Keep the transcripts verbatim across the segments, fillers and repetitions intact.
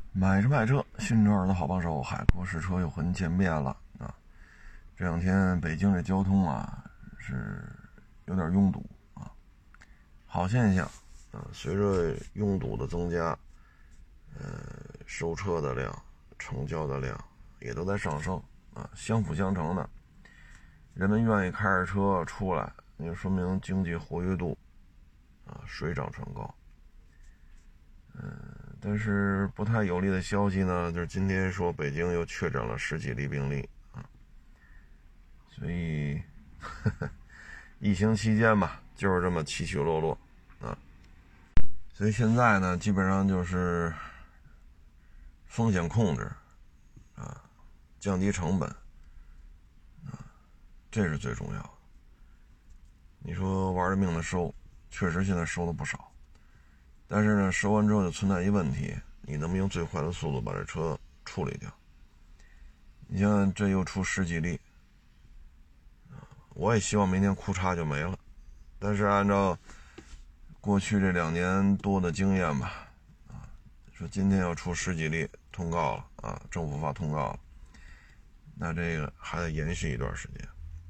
买车卖车，新车的好帮手，海阔试车又和您见面了啊！这两天北京这交通啊是有点拥堵啊，好现象啊。随着拥堵的增加，呃，收车的量、成交的量也都在上升啊，相辅相成的。人们愿意开着车出来，也就说明经济活跃度啊水涨船高。嗯，但是不太有利的消息呢，就是今天说北京又确诊了十几例病例啊，所以呵呵疫情期间吧，就是这么起起落落啊。所以现在呢，基本上就是风险控制啊，降低成本啊，这是最重要的。你说玩了命的收，确实现在收了不少。但是呢，收完之后就存在一问题，你能不能用最快的速度把这车处理掉？你像这又出十几例，我也希望明天库嚓就没了。但是按照过去这两年多的经验吧，啊，说今天要出十几例通告了啊，政府发通告了，那这个还得延续一段时间。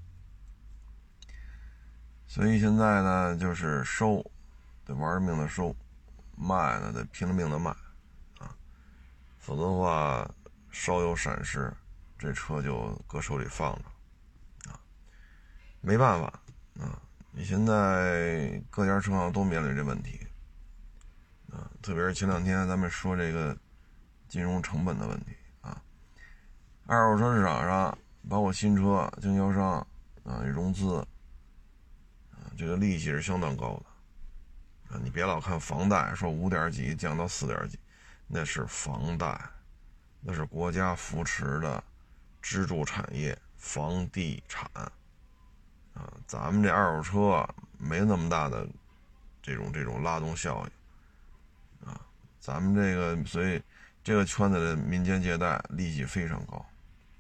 所以现在呢，就是收，得玩了命的收。卖呢得拼了命的卖啊，否则的话稍有闪失，这车就搁手里放着啊，没办法啊。你现在各家车行都面临这问题啊，特别是前两天咱们说这个金融成本的问题啊，二手车市场上包括新车经销商啊融资啊，这个利息是相当高的。啊，你别老看房贷说五点几降到四点几，那是房贷，那是国家扶持的支柱产业房地产啊。咱们这二手车没那么大的这种这种拉动效应啊。咱们这个所以这个圈子的民间借贷利息非常高，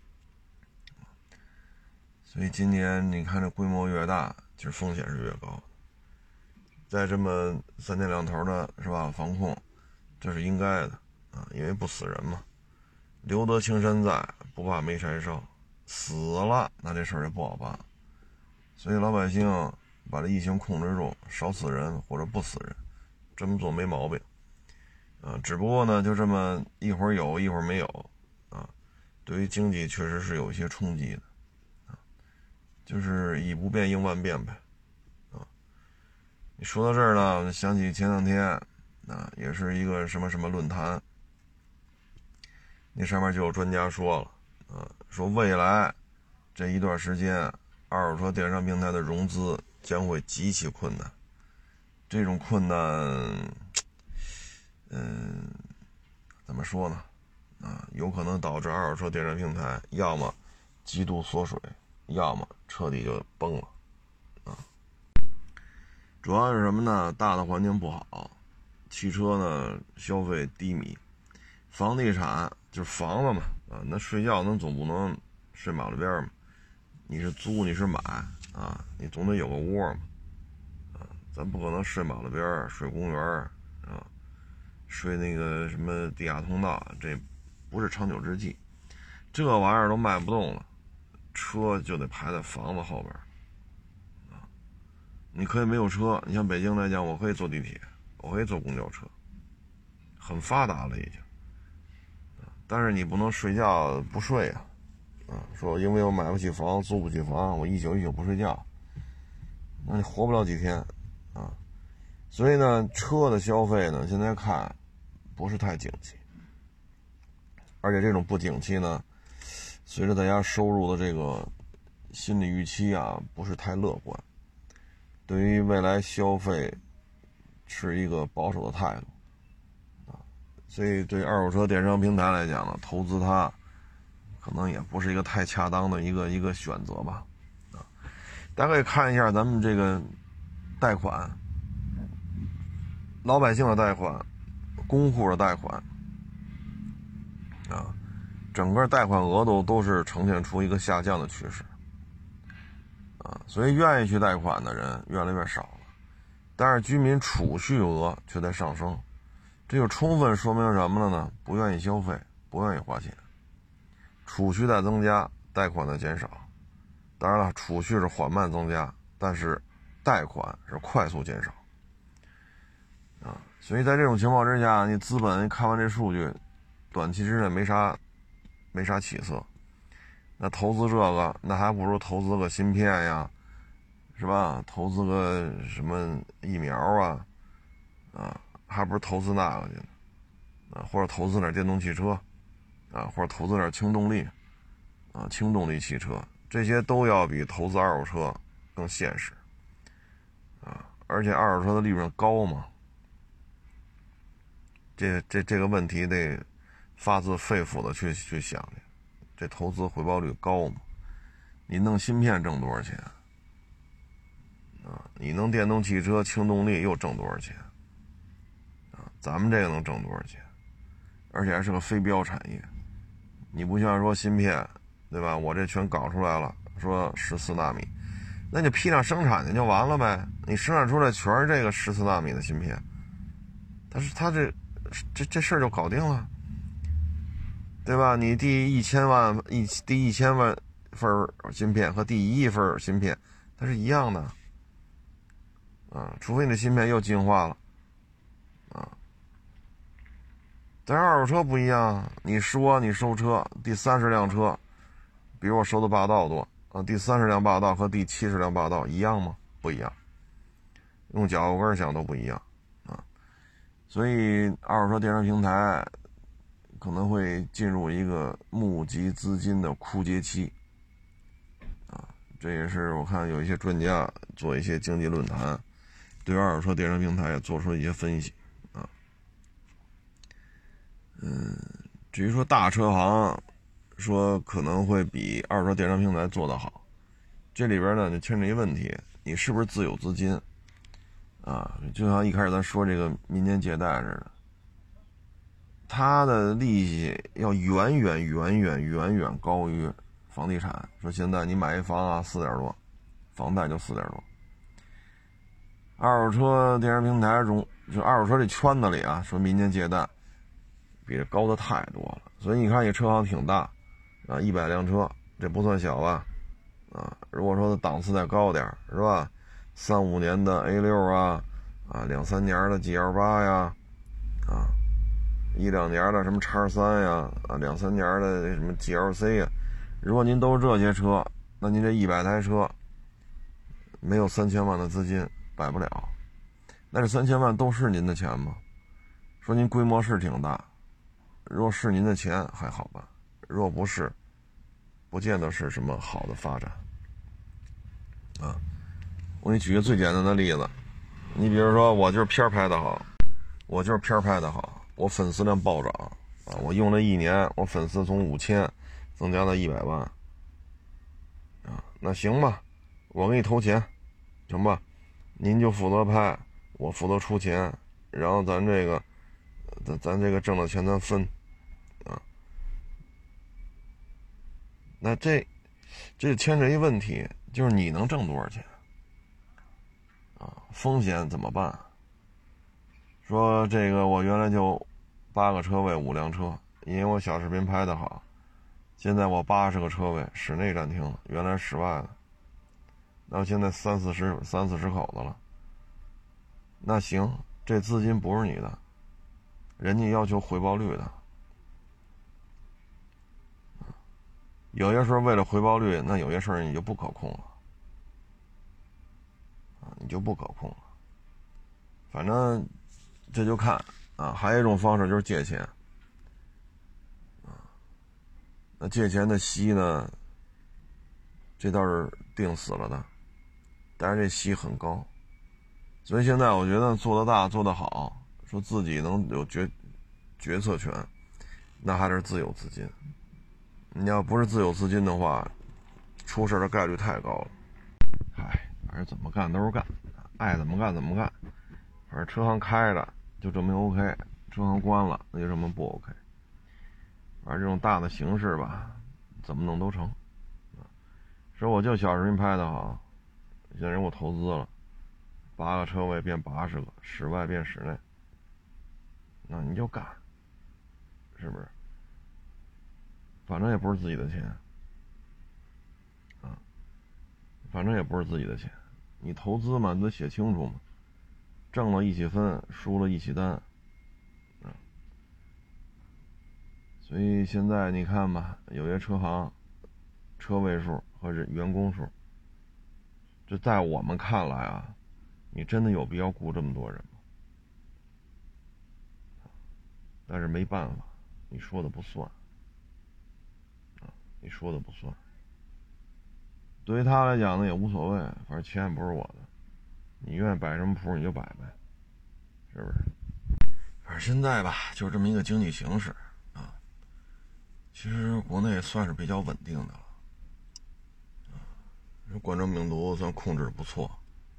所以今年你看这规模越大，其实风险是越高的。在这么三天两头的是吧防控，这是应该的啊，因为不死人嘛，留得青山在，不怕没柴烧，死了那这事儿就不好办。所以老百姓把这疫情控制住，少死人或者不死人，这么做没毛病啊。只不过呢，就这么一会儿有一会儿没有啊，对于经济确实是有一些冲击的啊，就是以不变应万变呗。你说到这儿呢，我就想起前两天啊，也是一个什么什么论坛，那上面就有专家说了啊，说未来这一段时间二手车电商平台的融资将会极其困难。这种困难嗯怎么说呢啊，有可能导致二手车电商平台要么极度缩水，要么彻底就崩了啊。主要是什么呢？大的环境不好，汽车呢消费低迷，房地产就是房子嘛啊，那睡觉能总不能睡马路边嘛？你是租你是买啊，你总得有个窝嘛啊，咱不可能睡马路边睡公园啊，睡那个什么地下通道，这不是长久之计。这玩意儿都卖不动了，车就得排在房子后边。你可以没有车，你像北京来讲，我可以坐地铁，我可以坐公交车，很发达了已经。但是你不能睡觉不睡啊，啊，说因为我买不起房，租不起房，我一宿一宿不睡觉，那你活不了几天啊。所以呢，车的消费呢，现在看不是太景气，而且这种不景气呢，随着大家收入的这个心理预期啊，不是太乐观。对于未来消费持一个保守的态度啊，所以对二手车电商平台来讲呢，投资它可能也不是一个太恰当的一个一个选择吧啊。大家可以看一下咱们这个贷款，老百姓的贷款，公户的贷款啊，整个贷款额度都是呈现出一个下降的趋势啊，所以愿意去贷款的人越来越少了，但是居民储蓄额却在上升， 这就充分说明什么了呢？不愿意消费，不愿意花钱，储蓄在增加，贷款在减少。当然了，储蓄是缓慢增加，但是贷款是快速减少啊。所以在这种情况之下，你资本看完这数据，短期之内没啥没啥起色，那投资这个，那还不如投资个芯片呀，是吧？投资个什么疫苗啊，啊，还不如投资那个去呢，啊，或者投资点电动汽车，啊，或者投资点轻动力，啊，轻动力汽车，这些都要比投资二手车更现实，啊，而且二手车的利润高嘛，这这这个问题得发自肺腑的去去想去，这投资回报率高嘛？你弄芯片挣多少钱？啊，你弄电动汽车、轻动力又挣多少钱？啊，咱们这个能挣多少钱？而且还是个非标产业，你不像说芯片，对吧？我这全搞出来了，说十四纳米，那就批量生产去就完了呗。你生产出来全是这个十四纳米的芯片，但是它这这这事儿就搞定了，对吧？你第一千万一第一千万份芯片和第一亿份芯片，它是一样的。啊，除非你的芯片又进化了，啊，但是二手车不一样，你说你收车第三十辆车，比如我收的霸道多啊，第三十辆霸道和第七十辆霸道一样吗？不一样，用脚后跟想都不一样啊，所以二手车电商平台可能会进入一个募集资金的枯竭期，啊，这也是我看有一些专家做一些经济论坛。对二手车电商平台也做出了一些分析啊，嗯，至于说大车行说可能会比二手车电商平台做得好，这里边呢就牵扯一问题，你是不是自有资金啊？就像一开始咱说这个民间借贷似的，它的利息要远远远远远远高于房地产。说现在你买一房啊四点多，房贷就四点多。二手车电商平台中，就二手车这圈子里啊，说民间借贷比这高的太多了。所以你看，这车行挺大啊，一百辆车，这不算小吧？啊，如果说档次再高点是吧？三五年的 A 六 啊，啊，两三年的 G L 八 呀，啊，一两年的什么 X 三 呀，啊，两三年的什么 G L C 呀，如果您都是这些车，那您这一百台车没有三千万的资金摆不了，那这三千万都是您的钱吗？说您规模是挺大，若是您的钱还好办，若不是，不见得是什么好的发展啊。我给你举个最简单的例子，你比如说我就是片拍的好，我就是片拍的好，我粉丝量暴涨啊，我用了一年，我粉丝从五千增加到一百万啊，那行吧，我给你投钱，行吧？您就负责拍，我负责出钱，然后咱这个，咱咱这个挣的钱咱分，啊，那这这牵扯一问题，就是你能挣多少钱，啊，风险怎么办？说这个我原来就八个车位五辆车，因为我小视频拍的好，现在我八十个车位室内展厅，原来室外的。那现在三四十三四十口子了，那行，这资金不是你的，人家要求回报率的，有些时候为了回报率，那有些事儿你就不可控了，啊，你就不可控了。反正这就看啊，还有一种方式就是借钱，啊，那借钱的息呢，这倒是定死了的。但是这息很高，所以现在我觉得做得大做得好，说自己能有决决策权，那还是自有资金。你要不是自有资金的话，出事的概率太高了。嗨，反正怎么干都是干，爱怎么干怎么干。反正车行开着就证明 OK， 车行关了那就证明不 OK。反正这种大的形势吧，怎么弄都成。说我就小视频拍的好。现在人我投资了，八个车位变八十个，室外变室内， 那你就干，是不是？反正也不是自己的钱啊，反正也不是自己的钱，你投资嘛，你得写清楚嘛，挣了一起分，输了一起担啊。所以现在你看吧，有些车行车位数和人员工数，这在我们看来啊，你真的有必要雇这么多人吗？但是没办法，你说的不算啊，你说的不算。对于他来讲呢，也无所谓，反正钱也不是我的，你愿意摆什么谱你就摆呗，是不是？反正现在吧，就是这么一个经济形势啊。其实国内算是比较稳定的了，啊，冠状病毒算控制得不错，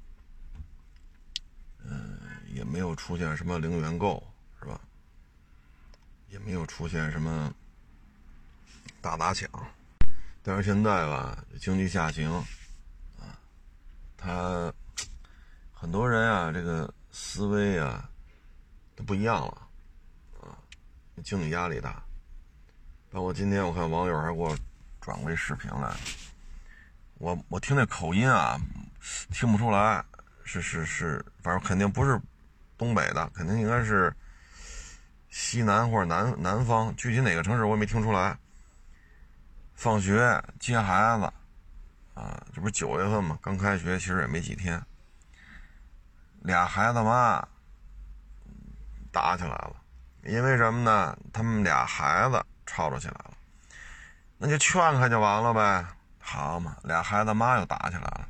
嗯、呃，也没有出现什么零元购，是吧？也没有出现什么大打抢。但是现在吧，经济下行啊，他很多人啊，这个思维啊都不一样了啊，经济压力大。包括今天我看网友还给我转过一视频来，我我听那口音啊，听不出来是是是，反正肯定不是东北的，肯定应该是西南或者南南方，具体哪个城市我也没听出来。放学接孩子啊，这不是九月份嘛，刚开学，其实也没几天，俩孩子妈打起来了。因为什么呢？他们俩孩子吵吵起来了，那就劝开就完了呗。好嘛，俩孩子妈又打起来了。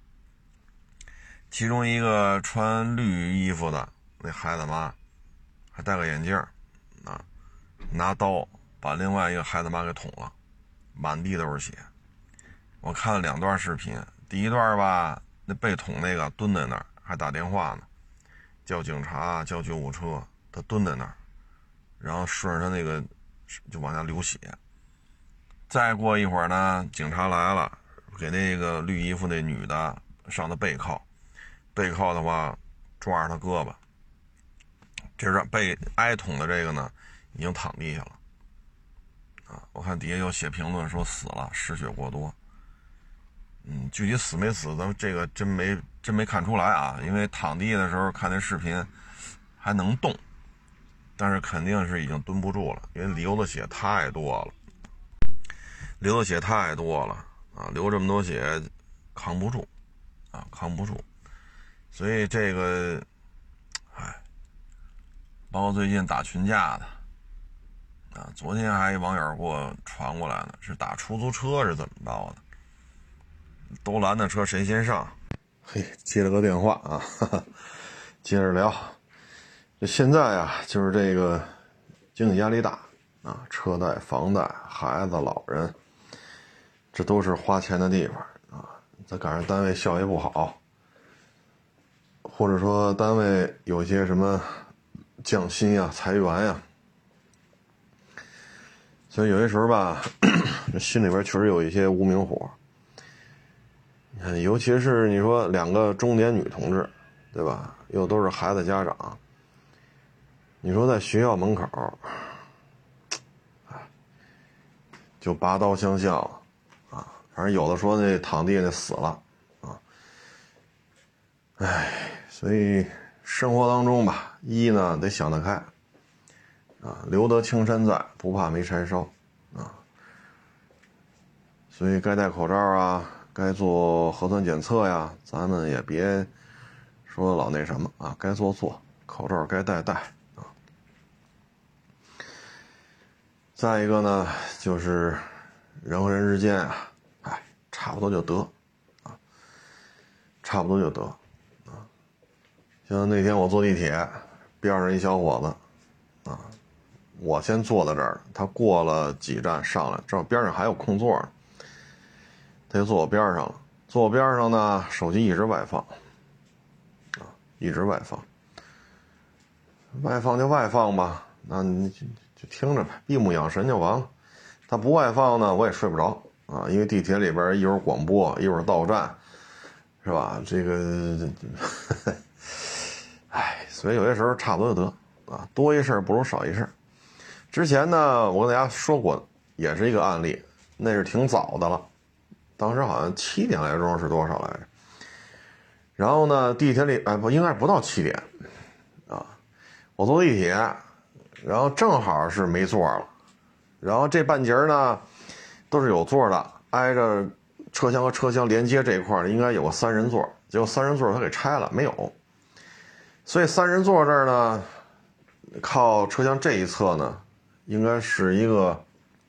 其中一个穿绿衣服的那孩子妈还戴个眼镜啊，拿刀把另外一个孩子妈给捅了，满地都是血。我看了两段视频，第一段吧，那被捅那个蹲在那儿还打电话呢，叫警察叫救护车，他蹲在那儿，然后顺着他那个就往下流血。再过一会儿呢，警察来了，给那个绿衣服那女的上的背靠，背靠的话抓着他胳膊，这是被挨捅的这个呢已经躺地下了啊。我看底下有写评论说死了，失血过多。嗯，具体死没死，咱们这个真没真没看出来啊，因为躺地的时候看那视频还能动，但是肯定是已经蹲不住了，因为流的血太多了，流的血太多了啊，流这么多血扛不住啊，扛不住。所以这个，哎，包括最近打群架的啊，昨天还有网友给我传过来呢，是打出租车是怎么着的？都拦的车谁先上？嘿，接了个电话啊，哈哈，接着聊。这现在啊，就是这个经济压力大啊，车贷、房贷、孩子、老人，这都是花钱的地方啊。再赶上单位效益不好，或者说单位有些什么降薪呀、裁员呀，所以有些时候吧，这心里边确实有一些无名火。尤其是你说两个中年女同志，对吧？又都是孩子家长，你说在学校门口，就拔刀相向了啊！反正有的说那躺地那死了啊，哎，所以生活当中吧，一呢得想得开啊，留得青山在，不怕没柴烧啊。所以该戴口罩啊，该做核酸检测呀，咱们也别说老那什么啊，该做做，口罩该戴戴啊。再一个呢，就是人和人之间啊，哎，差不多就得啊，差不多就得啊。像那天我坐地铁，边上一小伙子啊，我先坐在这儿，他过了几站上来，正好边上还有空座呢。他就坐我边上了，坐我边上呢，手机一直外放，啊，一直外放，外放就外放吧，那你就就听着呗，闭目养神就完了。他不外放呢，我也睡不着啊，因为地铁里边一会儿广播，一会儿到站，是吧？这个，哎，所以有些时候差不多就得啊，多一事不如少一事。之前呢，我跟大家说过，也是一个案例，那是挺早的了，当时好像七点来钟是多少来着？然后呢，地铁里哎不应该不到七点啊，我坐地铁，然后正好是没座了，然后这半截呢都是有座的，挨着车厢和车厢连接这一块应该有个三人座，结果三人座他给拆了，没有。所以三人座这儿呢，靠车厢这一侧呢，应该是一个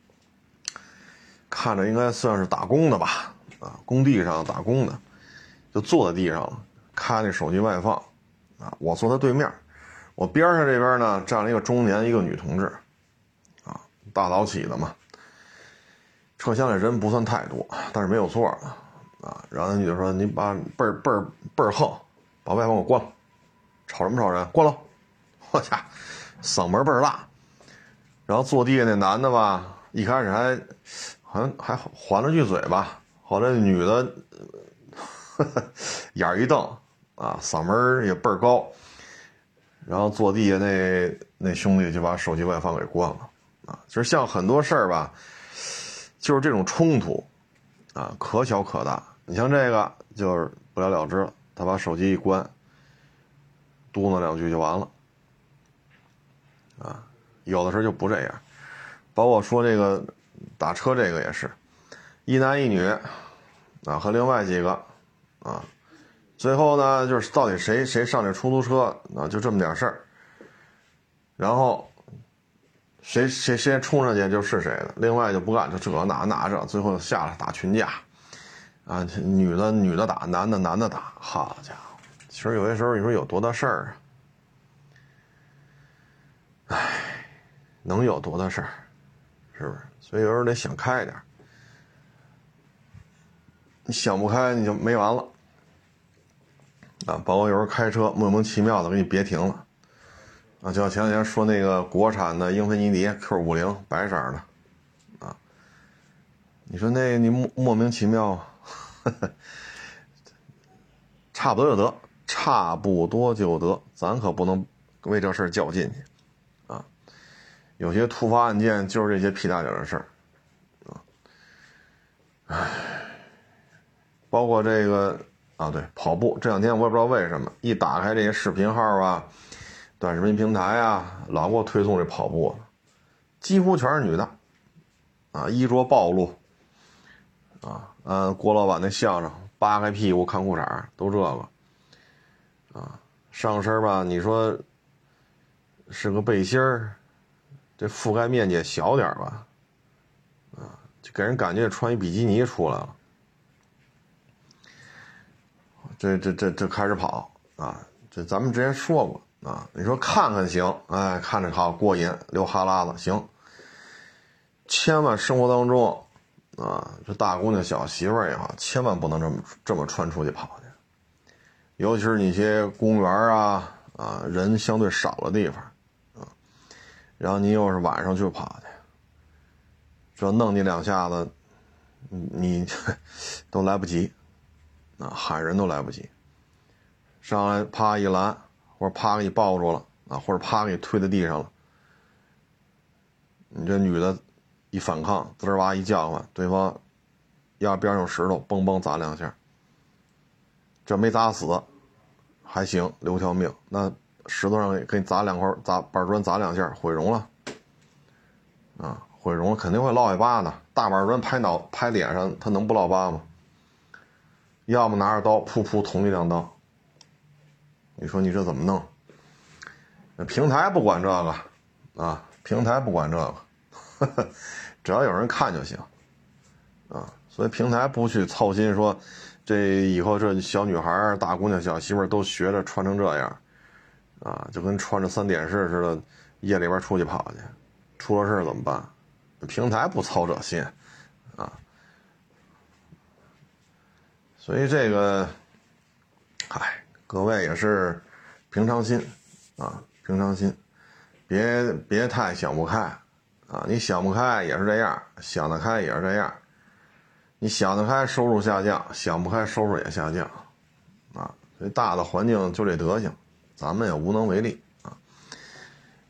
看着应该算是打工的吧，啊，工地上打工的，就坐在地上了，开那手机外放，啊，我坐他对面，我边上这边呢站了一个中年一个女同志，啊，大早起的嘛，车厢里人不算太多，但是没有座了，啊，然后那女的说：“你把倍儿倍儿倍儿横，把外放给我关了。”吵什么吵人？关了！我家嗓门倍儿大。然后坐地下那男的吧，一开始还好像还还了句嘴吧，后来女的呵呵眼一瞪啊，嗓门也倍儿高。然后坐地下那那兄弟就把手机外放给关了啊。就是像很多事儿吧，就是这种冲突啊，可小可大。你像这个就是不了了之了，他把手机一关。嘟囔两句就完了，啊，有的时候就不这样，包括说这个打车这个也是，一男一女，啊和另外几个，啊，最后呢就是到底谁谁上这出租车，啊就这么点事儿，然后谁谁先冲上去就是谁的，另外就不干，就这那那这，最后下来打群架，啊女的女的打，男的男的打，好家伙！其实有些时候你说有多大事儿啊？唉，能有多大事儿？是不是？所以有时候得想开点。你想不开你就没完了啊！包括有时候开车莫名其妙的给你别停了啊！就像前两天说那个国产的英菲尼迪 Q 五十 白色的啊，你说那你莫莫名其妙，呵呵差不多就得。差不多就得，咱可不能为这事儿较劲去啊！有些突发案件就是这些屁大点的事儿啊，唉，包括这个啊，对，跑步这两天我也不知道为什么，一打开这些视频号啊、短视频平台啊，老给我推送这跑步的，几乎全是女的啊，衣着暴露啊，按郭老板那相声，扒开屁股看裤衩都这个。啊，上身吧，你说是个背心儿，这覆盖面积小点吧，啊，就给人感觉穿一比基尼出来了。这这这这开始跑啊，这咱们之前说过啊，你说看看行，哎，看着好过瘾，流哈喇子行，千万生活当中啊，这大姑娘小媳妇儿也好，千万不能这么这么穿出去跑去。尤其是那些公园啊啊人相对少的地方啊，然后你又是晚上去跑去，这弄你两下子，你都来不及啊，喊人都来不及，上来啪一拦，或者啪给你抱住了啊，或者啪给你推在地上了，你这女的一反抗，滋儿哇一叫唤，对方压边上有石头，嘣嘣砸两下。这没砸死还行，留条命，那石头上给你砸两块，砸板砖砸两下毁容了啊，毁容肯定会落一疤的，大板砖拍脑拍脸上他能不落疤吗？要么拿着刀噗噗捅你两刀，你说你这怎么弄？那平台不管这个啊，平台不管这个呵呵，只要有人看就行啊，所以平台不去操心说这以后这小女孩大姑娘小媳妇都学着穿成这样啊，就跟穿着三点式似的夜里边出去跑去，出了事怎么办？平台不操这心啊，所以这个嗨，各位也是平常心啊，平常心，别别太想不开啊，你想不开也是这样，想得开也是这样，你想得开收入下降，想不开收入也下降啊，所以大的环境就这德行，咱们也无能为力啊。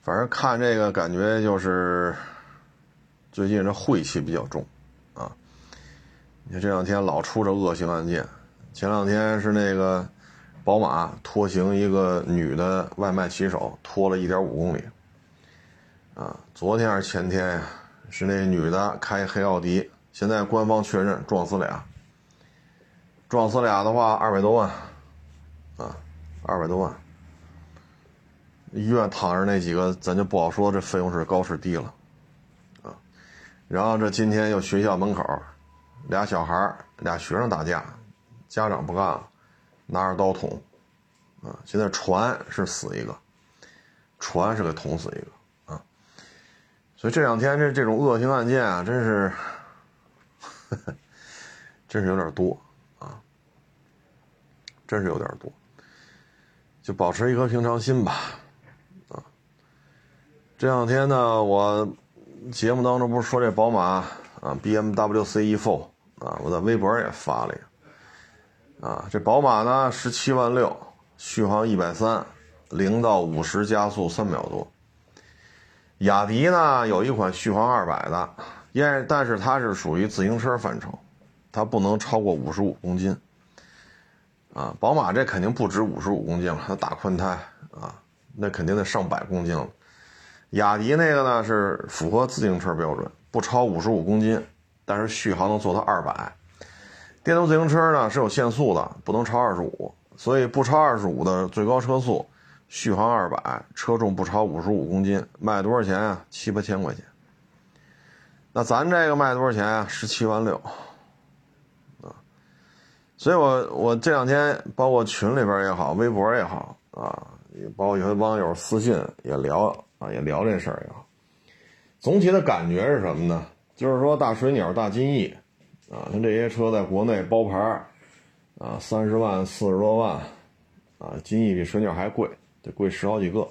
反正看这个感觉就是最近这晦气比较重啊。你看这两天老出这恶性案件，前两天是那个宝马拖行一个女的外卖骑手，拖了 一点五公里啊。昨天还是前天呀，是那女的开黑奥迪，现在官方确认撞死俩，撞死俩的话二百多万啊，二百多万。医院躺着那几个咱就不好说这费用是高是低了啊。然后这今天又学校门口俩小孩俩学生打架，家长不干了，拿着刀捅啊。现在船是死一个，船是给捅死一个啊。所以这两天这这种恶性案件啊，真是呵呵真是有点多啊，真是有点多。就保持一颗平常心吧啊。这两天呢，我节目当中不是说这宝马啊 B M W C E 四 啊，我在微博也发了呀啊。这宝马呢十七万六，续航一百三，零到五十加速三秒多。雅迪呢有一款续航二百的，因为但是它是属于自行车范畴，它不能超过五十五公斤啊。宝马这肯定不止五十五公斤了，它大宽胎啊，那肯定得上百公斤了。雅迪那个呢是符合自行车标准，不超五十五公斤，但是续航能做到二百。电动自行车呢是有限速的，不能超二十五，所以不超二十五的最高车速，续航二百，车重不超五十五公斤，卖多少钱啊？七八千块钱。那咱这个卖多少钱啊？十七万六啊。所以我我这两天包括群里边也好，微博也好啊，也包括有些网友私信也聊啊，也聊这事儿也好。总体的感觉是什么呢？就是说大水鸟、大金翼啊，像这些车在国内包牌啊，三十万、四十多万啊，金翼比水鸟还贵，得贵十好几个。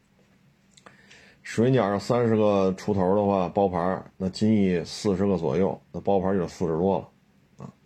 水鸟三十个出头的话，包牌那金翼四十个左右，那包牌就四十多了啊。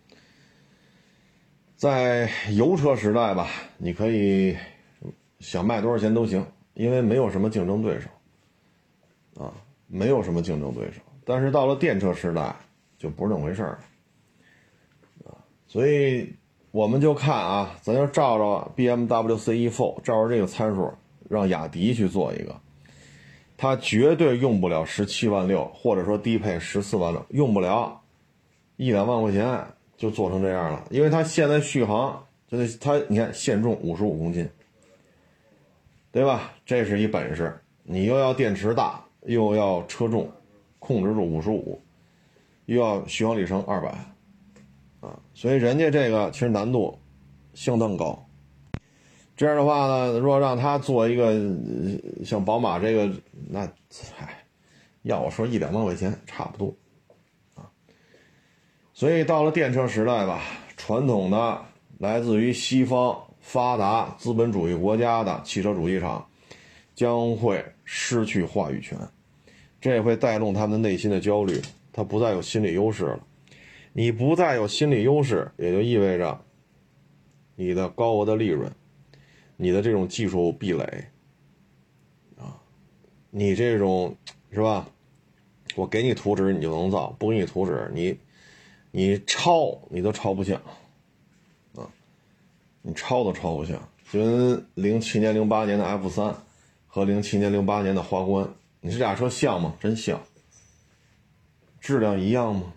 在油车时代吧，你可以想卖多少钱都行，因为没有什么竞争对手啊，没有什么竞争对手。但是到了电车时代就不是那么回事了啊。所以我们就看啊，咱就照着 B M W C E 四 照着这个参数让雅迪去做一个，它绝对用不了十七万六，或者说低配十四万六，用不了，一两万块钱就做成这样了。因为它现在续航就是它，你看限重五十五公斤，对吧？这是一本事，你又要电池大，又要车重控制住五十五，又要续航里程二百啊，所以人家这个其实难度相当高。这样的话呢，如果让他做一个像宝马这个，那嗨，要我说一两万块钱差不多啊。所以到了电车时代吧，传统的来自于西方发达资本主义国家的汽车主机厂将会失去话语权，这也会带动他们的内心的焦虑，他不再有心理优势了。你不再有心理优势，也就意味着你的高额的利润，你的这种技术壁垒啊，你这种是吧，我给你图纸你就能造，不给你图纸你你抄你都抄不像啊，你抄都抄不像。就跟零七年零八年的 F 三 和零七年零八年的皇冠，你这俩车像吗？真像。质量一样吗？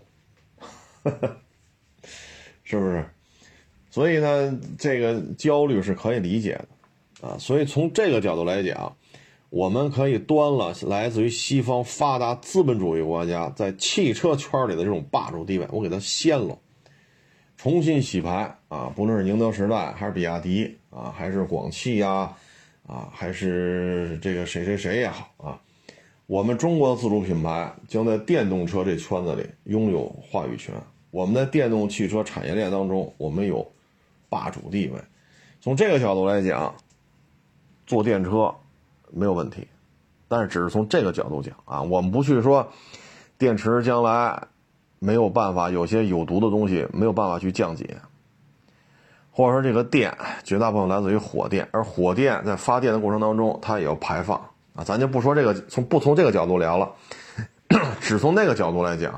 是不是？所以呢，这个焦虑是可以理解的啊。所以从这个角度来讲，我们可以端了来自于西方发达资本主义国家在汽车圈里的这种霸主地位，我给它掀了，重新洗牌啊！不论是宁德时代还是比亚迪啊，还是广汽呀，啊，还是这个谁谁谁也好啊，我们中国的自主品牌将在电动车这圈子里拥有话语权。我们在电动汽车产业链当中，我们有霸主地位。从这个角度来讲，做电车没有问题，但是只是从这个角度讲啊，我们不去说电池将来没有办法，有些有毒的东西没有办法去降解，或者说这个电绝大部分来自于火电，而火电在发电的过程当中它也要排放啊，咱就不说这个，从不从这个角度聊了，只从那个角度来讲，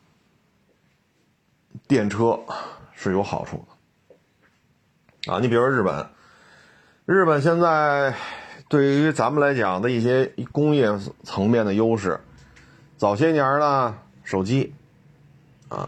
电车是有好处的啊。你比如说日本，日本现在对于咱们来讲的一些工业层面的优势，早些年呢，手机啊，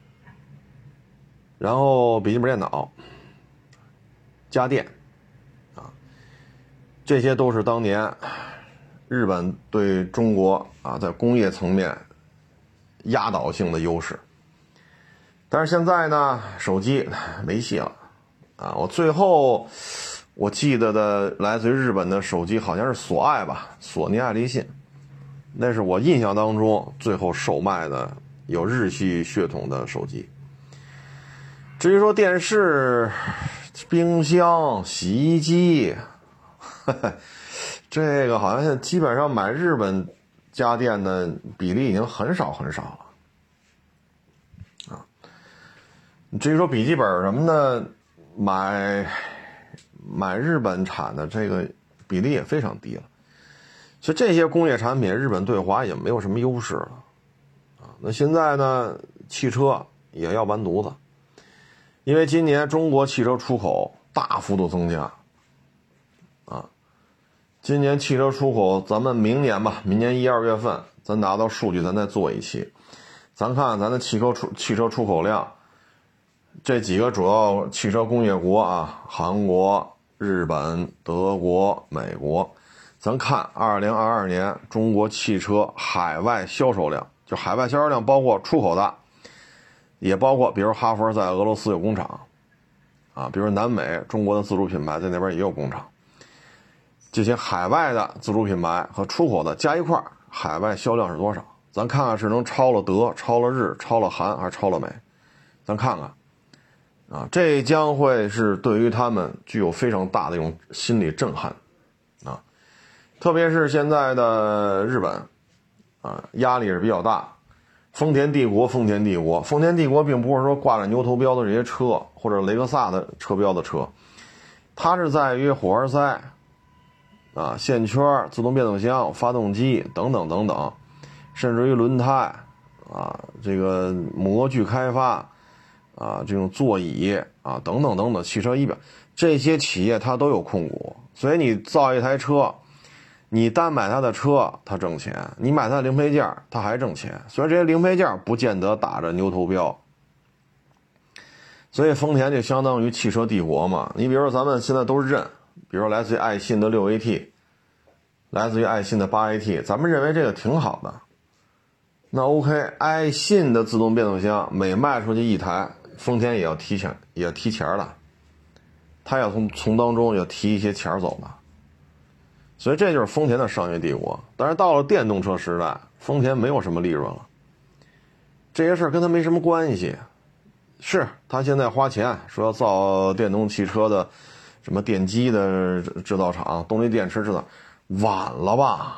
然后笔记本电脑、家电啊，这些都是当年日本对中国啊在工业层面压倒性的优势。但是现在呢，手机没戏了啊！我最后我记得的来自于日本的手机好像是索爱吧，索尼爱立信，那是我印象当中最后售卖的有日系血统的手机。至于说电视、冰箱、洗衣机，呵呵，这个好像基本上买日本家电的比例已经很少很少了。至于说笔记本什么的，买买日本产的这个比例也非常低了，所以这些工业产品日本对华也没有什么优势了啊。那现在呢，汽车也要完犊子，因为今年中国汽车出口大幅度增加啊。今年汽车出口，咱们明年吧，明年一二月份咱拿到数据，咱再做一期，咱看咱的汽车出汽车出口量。这几个主要汽车工业国啊，韩国、日本、德国、美国，咱看二零二二年中国汽车海外销售量，就海外销售量包括出口的，也包括比如哈佛在俄罗斯有工厂啊，比如南美中国的自主品牌在那边也有工厂，这些海外的自主品牌和出口的加一块，海外销量是多少？咱看看是能超了德、超了日、超了韩还是超了美？咱看看。啊，这将会是对于他们具有非常大的一种心理震撼啊，特别是现在的日本啊，压力是比较大。丰田帝国，丰田帝国，丰田帝国并不是说挂着牛头标的这些车或者雷克萨的车标的车，它是在于火花塞啊、线圈、自动变速箱、发动机等等等等，甚至于轮胎啊，这个模具开发。啊，这种座椅啊，等等等等，汽车仪表，这些企业它都有控股，所以你造一台车，你单买它的车它挣钱，你买它的零配件它还挣钱，所以这些零配件不见得打着牛头标，所以丰田就相当于汽车帝国嘛。你比如说咱们现在都认，比如说来自于爱信的 六 A T， 来自于爱信的 八 A T， 咱们认为这个挺好的。那 OK， 爱信的自动变速箱每卖出去一台，丰田也要提钱，也要提钱的，他要从从当中要提一些钱走的，所以这就是丰田的商业帝国。但是到了电动车时代，丰田没有什么利润了，这些事儿跟他没什么关系。是他现在花钱说要造电动汽车的什么电机的制造厂、动力电池制造，晚了吧？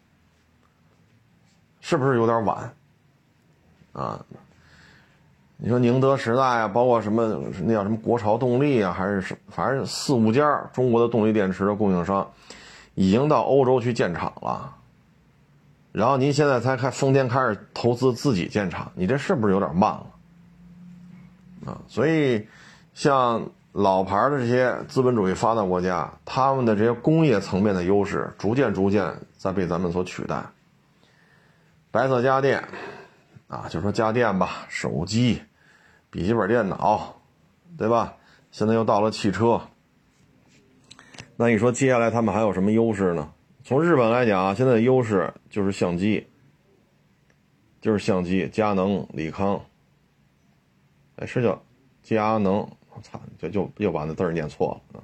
是不是有点晚啊？你说宁德时代啊，包括什么那叫什么国潮动力啊，还是什反正四五家中国的动力电池的供应商已经到欧洲去建厂了，然后您现在才开丰田开始投资自己建厂，你这是不是有点慢了啊？所以像老牌的这些资本主义发达国家，他们的这些工业层面的优势逐渐逐渐在被咱们所取代。白色家电啊，就说家电吧，手机、笔记本电脑，对吧？现在又到了汽车，那你说接下来他们还有什么优势呢？从日本来讲，现在的优势就是相机，就是相机，佳能、理康，哎，是叫佳能，我操，就就又把那字儿念错了。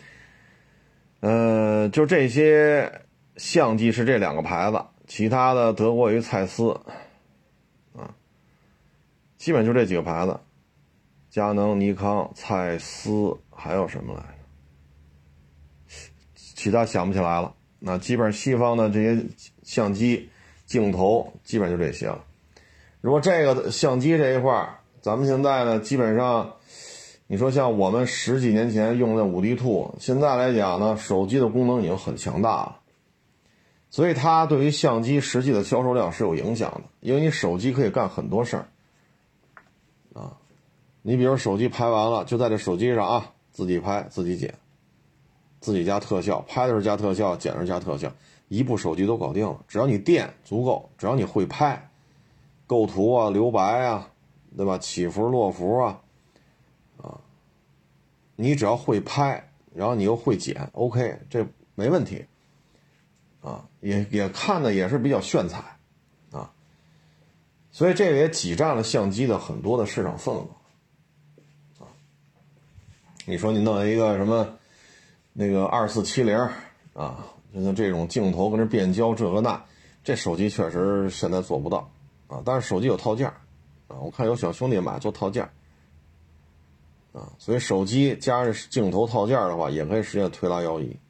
呃，就这些相机是这两个牌子。其他的德国有一蔡司啊，基本就这几个牌子，佳能、尼康、蔡司，还有什么来着？其他想不起来了。那基本上西方的这些相机镜头基本就这些了。如果这个相机这一块，咱们现在呢，基本上你说像我们十几年前用的五 D 二，现在来讲呢，手机的功能已经很强大了。 所以它对于相机实际的销售量是有影响的，因为你手机可以干很多事儿啊。你比如手机拍完了，就在这手机上啊，自己拍自己剪，自己加特效，拍的时候加特效，剪的时候加特效，一部手机都搞定了。只要你电足够，只要你会拍，构图啊、留白啊，对吧？起伏落伏啊，啊，你只要会拍，然后你又会剪 ，OK， 这没问题。啊，也也看的也是比较炫彩，啊，所以这个也挤占了相机的很多的市场份额，啊，你说你弄一个什么那个二四七零啊，就像这种镜头跟着变焦这个那，这手机确实现在做不到啊，但是手机有套件啊，我看有小兄弟买做套件啊，所以手机加上镜头套件的话，也可以实现推拉摇移。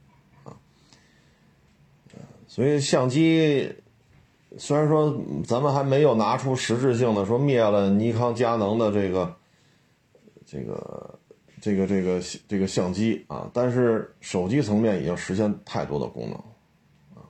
所以相机虽然说咱们还没有拿出实质性的说灭了尼康佳能的这个这个这个这个这个相机啊，但是手机层面已经实现太多的功能啊，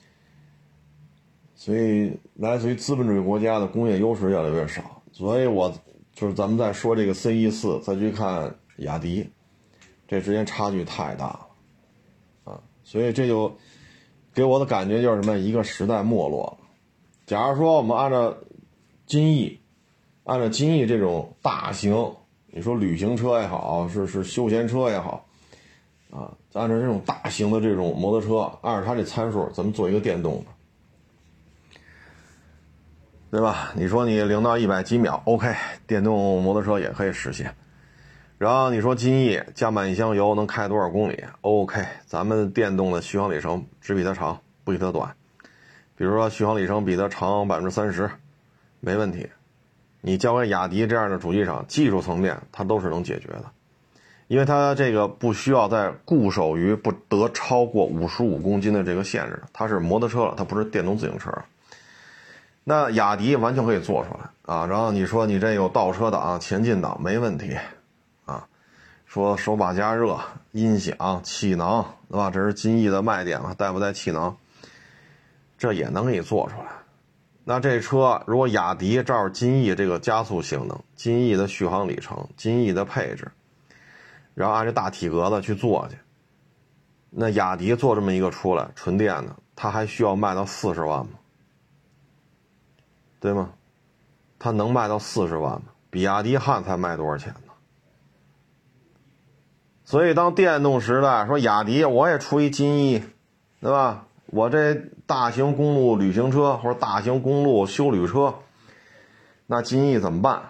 所以来自于资本主义国家的工业优势越来越少，所以我就是咱们再说这个 C E 四，再去看雅迪，这之间差距太大了啊，所以这就给我的感觉就是什么？一个时代没落了。假如说我们按照金翼，按照金翼这种大型，你说旅行车也好，是是休闲车也好，啊，按照这种大型的这种摩托车，按照它这参数，咱们做一个电动的，对吧？你说你零到一百几秒 ，OK， 电动摩托车也可以实现。然后你说金翼加满一箱油能开多少公里 ？OK， 咱们电动的续航里程只比它长，不比它短。比如说续航里程比它长百分之三十，没问题。你交给雅迪这样的主机厂，技术层面它都是能解决的，因为它这个不需要再固守于不得超过五十五公斤的这个限制，它是摩托车了，它不是电动自行车。那雅迪完全可以做出来啊。然后你说你这有倒车档、前进档，没问题。说手把加热、音响、气囊，对吧？这是金翼的卖点嘛，带不带气囊？这也能给你做出来。那这车如果雅迪照着金翼这个加速性能、金翼的续航里程、金翼的配置，然后按这大体格子去做去，那雅迪做这么一个出来纯电的，它还需要卖到四十万吗？对吗？它能卖到四十万吗？比亚迪汉才卖多少钱呢？所以当电动时代说雅迪我也出一金翼，对吧？我这大型公路旅行车或者大型公路休旅车，那金翼怎么办？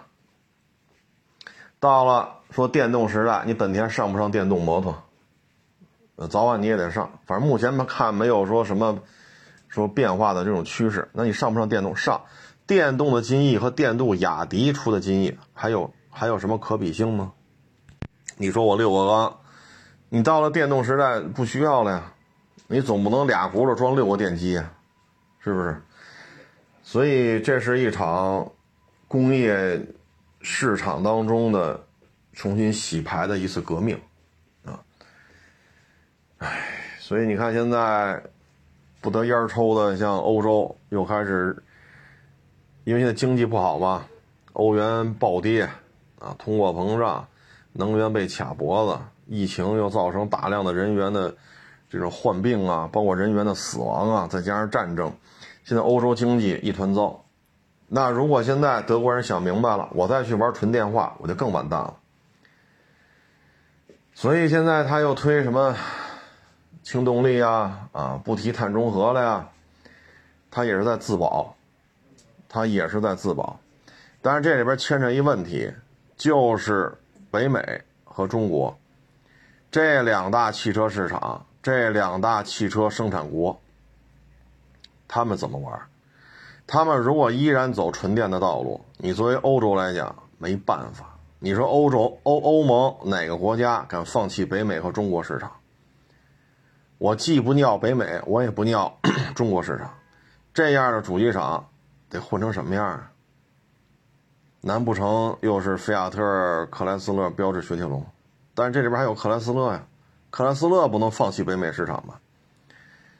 到了说电动时代，你本田上不上电动摩托？呃，早晚你也得上，反正目前看没有说什么说变化的这种趋势。那你上不上电动？上。电动的金翼和电动雅迪出的金翼，还有还有什么可比性吗？你说我六个缸，你到了电动时代不需要了呀，你总不能俩轱辘装六个电机呀，是不是？所以这是一场工业市场当中的重新洗牌的一次革命啊！唉，所以你看现在不得烟抽的，像欧洲又开始，因为现在经济不好嘛，欧元暴跌啊，通货膨胀。能源被卡脖子，疫情又造成大量的人员的这种患病啊，包括人员的死亡啊，再加上战争，现在欧洲经济一团糟。那如果现在德国人想明白了，我再去玩纯电化，我就更完蛋了。所以现在他又推什么轻动力啊，啊，不提碳中和了呀，他也是在自保，他也是在自保。但是这里边牵扯一问题，就是北美和中国这两大汽车市场，这两大汽车生产国，他们怎么玩？他们如果依然走纯电的道路，你作为欧洲来讲没办法。你说欧洲欧欧盟哪个国家敢放弃北美和中国市场？我既不尿北美，我也不尿中国市场，这样的主机厂得混成什么样啊？难不成又是菲亚特、克莱斯勒、标致、雪铁龙？但是这里边还有克莱斯勒呀，克莱斯勒不能放弃北美市场吧？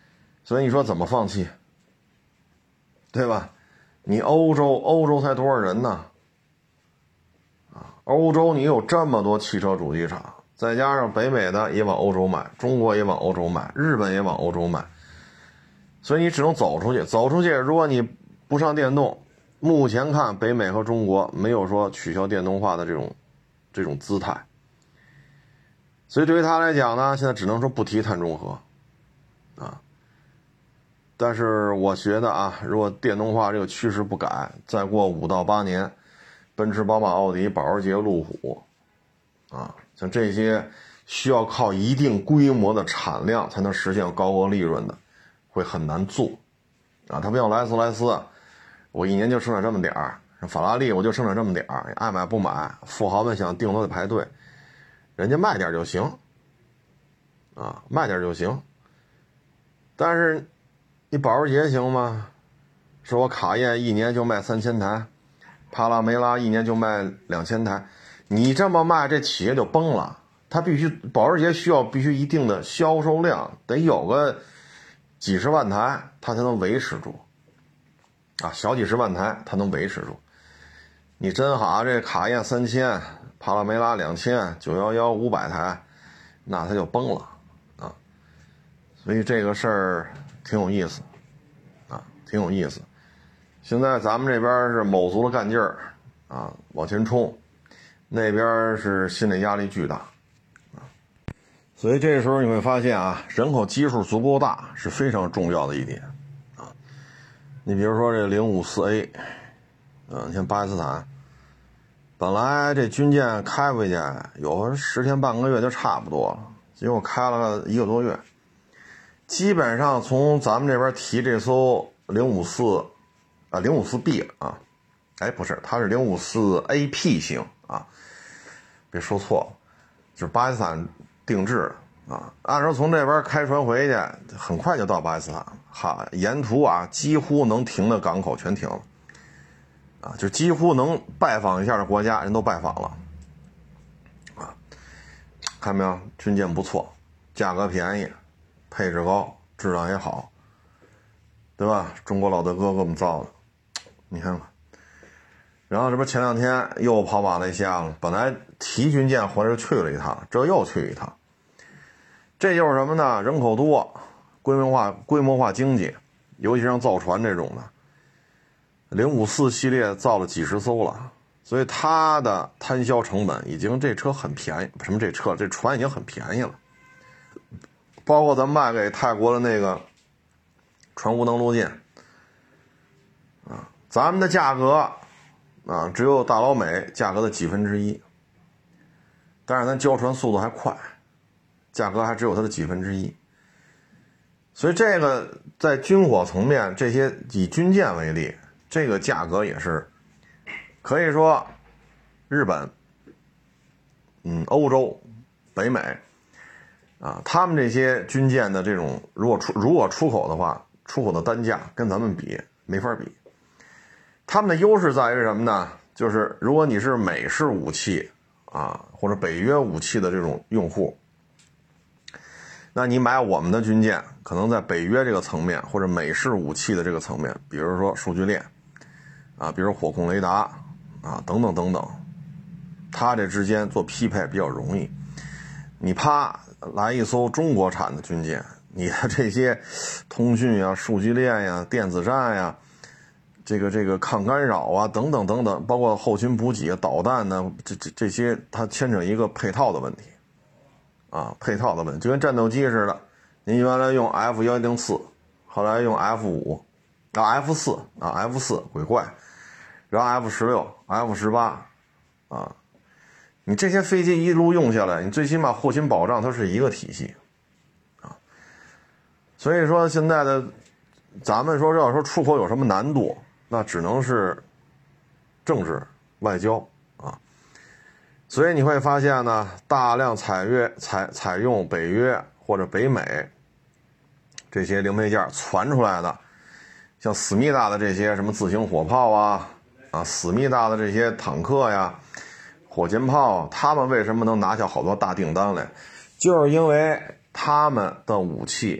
所以你说怎么放弃？对吧？你欧洲，欧洲才多少人呢？啊，欧洲你有这么多汽车主机厂，再加上北美的也往欧洲买，中国也往欧洲买，日本也往欧洲买，所以你只能走出去。走出去，如果你不上电动，目前看北美和中国没有说取消电动化的这种这种姿态，所以对于他来讲呢，现在只能说不提碳中和啊。但是我觉得啊，如果电动化这个趋势不改，再过五到八年，奔驰、宝马、奥迪、保时捷、路虎啊，像这些需要靠一定规模的产量才能实现高额利润的，会很难做啊。它不像莱斯莱斯，我一年就生产这么点儿，法拉利我就生产这么点儿，爱买不买，富豪们想订都得排队，人家卖点就行啊，卖点就行。但是你保时捷行吗？说我卡宴一年就卖三千台，帕拉梅拉一年就卖两千台，你这么卖，这企业就崩了。它必须保时捷需要必须一定的销售量，得有个几十万台，它才能维持住啊，小几十万台它能维持住。你真好，这卡宴三千，帕拉梅拉两千，九一一五百台，那它就崩了啊。所以这个事儿挺有意思啊，挺有意思。现在咱们这边是卯足了干劲儿啊，往前冲，那边是心理压力巨大啊。所以这时候你会发现啊，人口基数足够大是非常重要的一点啊。你比如说这零五四 A， 嗯，像巴基斯坦，本来这军舰开回去有十天半个月就差不多了，结果开了一个多月。基本上从咱们这边提这艘零五四啊 零五四 B 啊，哎不是，它是 零五四 A P 型啊，别说错了，就是巴基斯坦定制的啊。按说从这边开船回去很快就到巴基斯坦，哈，沿途啊几乎能停的港口全停了啊，就几乎能拜访一下的国家人都拜访了啊。看没有，军舰不错，价格便宜，配置高，质量也好，对吧？中国老大哥给我们造的，你看看。然后这不前两天又跑马来西亚了，本来提军舰回来去了一趟，这又去一趟。这就是什么呢？人口多，规模化规模化经济，尤其像造船这种的，零五四系列造了几十艘了，所以它的摊销成本已经这车很便宜，什么这车这船已经很便宜了。包括咱卖给泰国的那个船坞登陆舰啊，咱们的价格啊只有大老美价格的几分之一，但是咱交船速度还快，价格还只有它的几分之一。所以这个在军火层面，这些以军舰为例，这个价格也是可以说日本、嗯欧洲、北美啊，他们这些军舰的这种如果出如果出口的话，出口的单价跟咱们比没法比。他们的优势在于什么呢？就是如果你是美式武器啊或者北约武器的这种用户，那你买我们的军舰，可能在北约这个层面或者美式武器的这个层面，比如说数据链啊，比如火控雷达啊等等等等，它这之间做匹配比较容易。你啪来一艘中国产的军舰，你的这些通讯呀、数据链呀、电子战呀、这个这个抗干扰啊等等等等，包括后勤补给、导弹呢，这这这些它牵扯一个配套的问题啊，配套的问题就跟战斗机似的，您原来用 F 一零四， 后来用 F 五， 然后 F 四 啊 F 四鬼怪，然后 F 十六 F 十八啊，你这些飞机一路用下来，你最起码后勤保障它是一个体系啊。所以说现在的咱们说要说出口有什么难度，那只能是政治外交啊。所以你会发现呢，大量采约采采用北约或者北美这些零配件传出来的，像思密达的这些什么自行火炮啊啊，思密达的这些坦克呀、火箭炮，他们为什么能拿下好多大订单来？就是因为他们的武器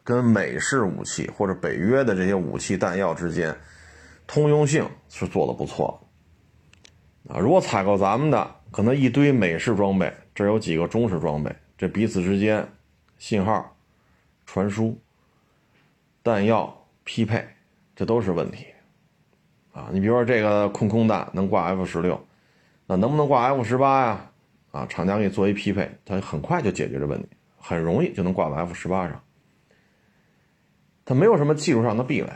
跟美式武器或者北约的这些武器弹药之间通用性是做得不错的啊。如果采购咱们的，可能一堆美式装备，这儿有几个中式装备，这彼此之间信号传输、弹药匹配，这都是问题啊。你比如说这个空空弹能挂 F 十六，那能不能挂 F 十八呀？啊，厂家给你做一匹配，它很快就解决这问题，很容易就能挂到 F 十八上。它没有什么技术上的壁垒，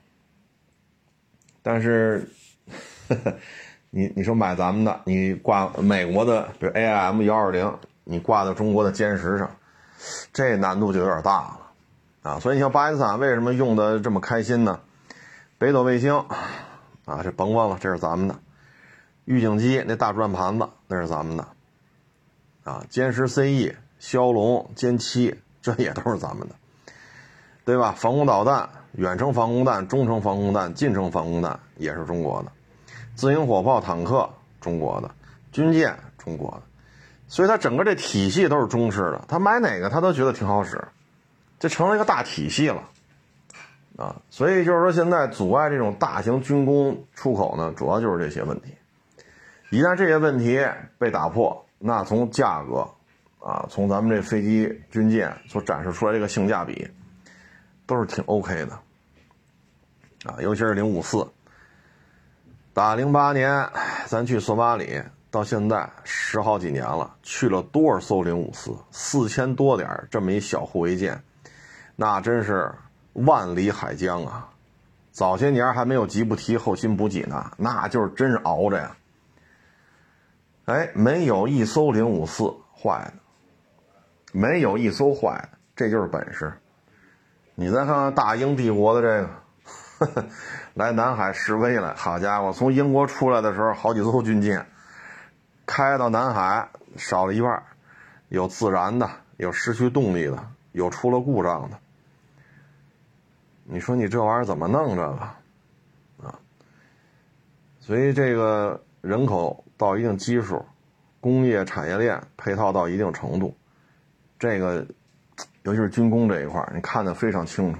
但是呵呵你你说买咱们的，你挂美国的，比如 A I M 一二零，你挂到中国的歼十上，这难度就有点大了啊。所以你像巴基斯坦为什么用的这么开心呢？北斗卫星啊，这甭忘了，这是咱们的预警机，那大转盘子那是咱们的啊，歼十 C E、枭龙、歼七，这也都是咱们的，对吧？防空导弹、远程防空弹、中程防空弹、近程防空弹也是中国的，自行火炮、坦克中国的，军舰中国的，所以它整个这体系都是中式的，他买哪个他都觉得挺好使，这成了一个大体系了啊。所以就是说现在阻碍这种大型军工出口呢，主要就是这些问题。一旦这些问题被打破，那从价格啊，从咱们这飞机军舰所展示出来这个性价比都是挺 OK 的啊。尤其是零五四打零八年咱去索马里到现在十好几年了，去了多少艘零五四，四千多点这么一小护卫舰，那真是万里海疆啊。早些年还没有吉布提后勤补给呢，那就是真是熬着呀。哎，没有一艘零五四坏的，没有一艘坏的，这就是本事。你再看看大英帝国的这个呵呵来南海示威了，好家伙，从英国出来的时候好几艘军舰开到南海少了一半，有自燃的，有失去动力的，有出了故障的。你说你这玩意儿怎么弄这个啊？所以这个人口到一定基数，工业产业链配套到一定程度，这个尤其是军工这一块你看得非常清楚。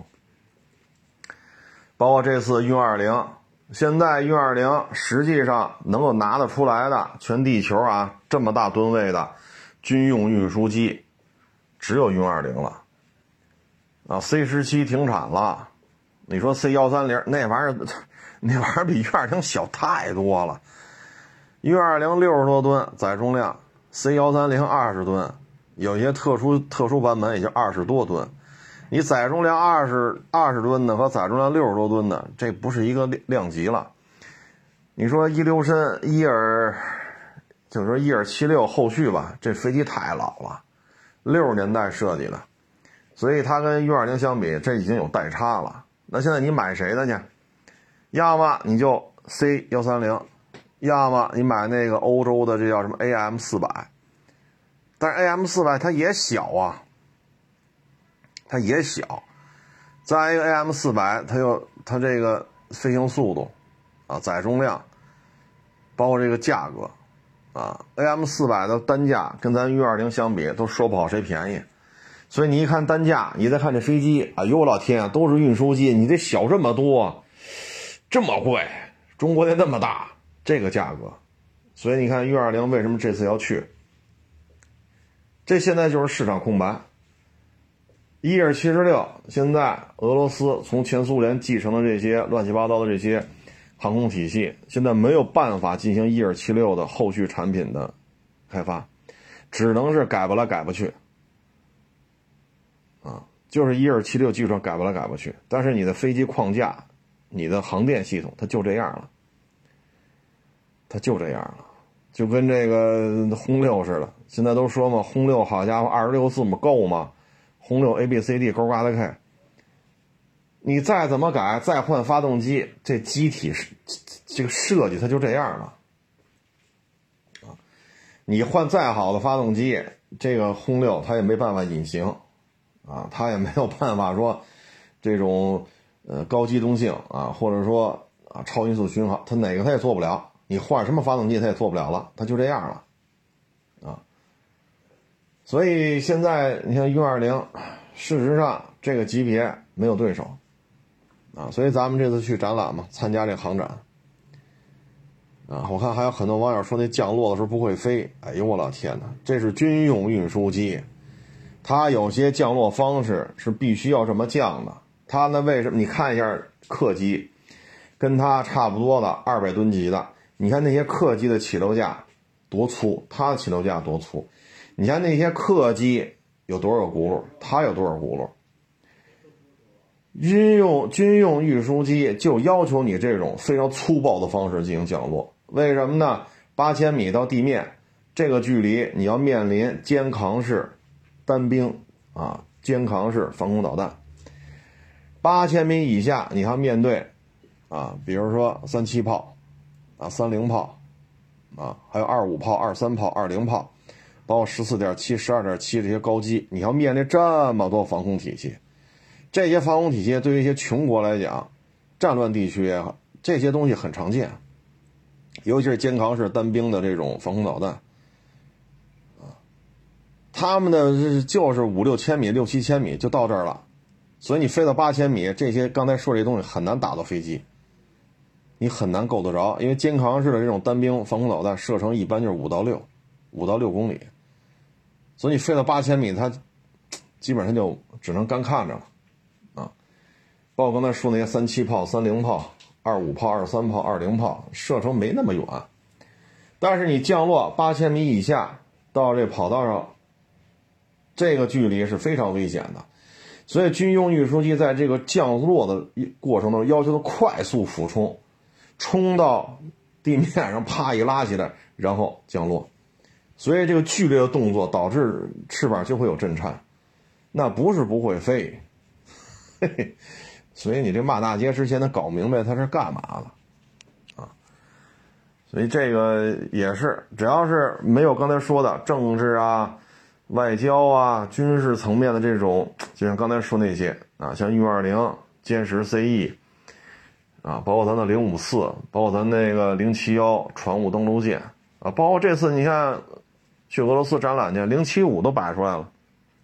包括这次运二零，现在运二零实际上能够拿得出来的全地球啊这么大吨位的军用运输机只有运二零了啊 ，C 十七停产了。你说 C 一三零 那玩意儿，那玩意儿比运二零小太多了。运二零六十多吨载重量 ，C 一三零二十吨，有些特殊特殊版本也就二十多吨。你载重量二十二十吨的和载重量六十多吨的，这不是一个量级了。你说伊留申伊尔，就是说伊尔七六后续吧，这飞机太老了，六十年代设计的，所以它跟运二零相比，这已经有代差了。那现在你买谁的去？要么你就 C 一三零，要么你买那个欧洲的，这叫什么 A M 四百，但是 A M 四百它也小啊，它也小。再一个 A M 四百，它又它这个飞行速度啊，载重量，包括这个价格啊 ，A M 四百的单价跟咱运二零相比，都说不好谁便宜。所以你一看单价，你再看这飞机，哎呦我老天啊，都是运输机，你这小这么多，这么贵，中国那那么大，这个价格，所以你看运二零为什么这次要去？这现在就是市场空白。伊尔七十六现在俄罗斯从前苏联继承的这些乱七八糟的这些航空体系，现在没有办法进行伊尔七六的后续产品的开发，只能是改不来改不去。啊，就是伊尔七六技术上改不来改不去，但是你的飞机框架，你的航电系统它就这样了，它就这样了，就跟这个轰六似的。现在都说嘛，轰六好家伙，二十六字母够吗？轰六 A B C D 勾嘎的 K， 你再怎么改，再换发动机，这机体是这个设计它就这样了啊。你换再好的发动机，这个轰六它也没办法隐形。啊，它也没有办法说这种呃高机动性啊，或者说啊超音速巡航，它哪个它也做不了。你换什么发动机它也做不了了，它就这样了啊。所以现在你看运二零，事实上这个级别没有对手啊，所以咱们这次去展览嘛，参加这航展啊，我看还有很多网友说那降落的时候不会飞，哎呦我老天哪，这是军用运输机，它有些降落方式是必须要这么降的。它呢为什么？你看一下客机，跟它差不多的二百吨级的，你看那些客机的起落架多粗，它的起落架多粗，你看那些客机有多少轱辘，它有多少轱辘。军用军用运输机就要求你这种非常粗暴的方式进行降落，为什么呢？八千米到地面这个距离，你要面临肩扛式单兵啊，肩扛式防空导弹。八千米以下，你还面对啊，比如说三七炮啊、三零炮啊，还有二五炮、二三炮、二零炮，包括十四点七、十二点七这些高机，你要面临这么多防空体系。这些防空体系对于一些穷国来讲，战乱地区啊，这些东西很常见，尤其是肩扛式单兵的这种防空导弹啊，他们的就是五六千米、六七千米就到这儿了，所以你飞到八千米，这些刚才说这些东西很难打到飞机，你很难够得着，因为肩扛式的这种单兵防空导弹射程一般就是五到六，五到六公里，所以你飞到八千米，它基本上就只能干看着了。包括刚才说那些三七炮、三零炮、二五炮、二三炮、二零炮，射程没那么远，但是你降落八千米以下到这跑道上，这个距离是非常危险的。所以军用运输机在这个降落的过程中要求的快速俯冲，冲到地面上啪一拉起来，然后降落。所以这个剧烈的动作导致翅膀就会有震颤，那不是不会飞，嘿嘿。所以你这骂大街之前得搞明白他是干嘛的啊，所以这个也是，只要是没有刚才说的政治啊、外交啊、军事层面的这种，就像刚才说那些啊，像运二零、歼十 C E 啊，包括咱的零五四，包括咱那个零七一船坞登陆舰啊，包括这次你看去俄罗斯展览去，零七五都摆出来了。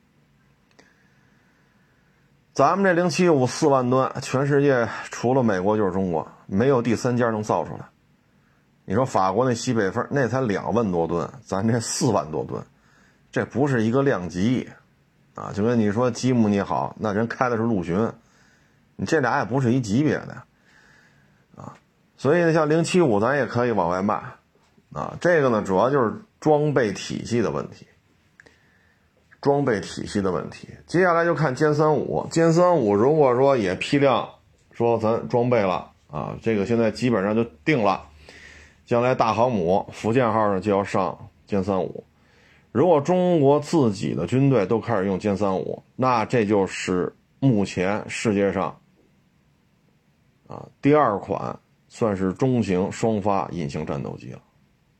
咱们这零七五四万吨，全世界除了美国就是中国，没有第三家能造出来。你说法国那西北风那才两万多吨，咱这四万多吨，这不是一个量级啊！就跟你说吉姆尼好，那人开的是陆巡，你这俩也不是一级别的啊。所以呢，像零七五咱也可以往外卖啊。这个呢，主要就是装备体系的问题。装备体系的问题，接下来就看歼三五。歼三五如果说也批量说咱装备了啊，这个现在基本上就定了，将来大航母福建号上就要上歼三五。如果中国自己的军队都开始用歼三五，那这就是目前世界上啊第二款算是中型双发隐形战斗机了。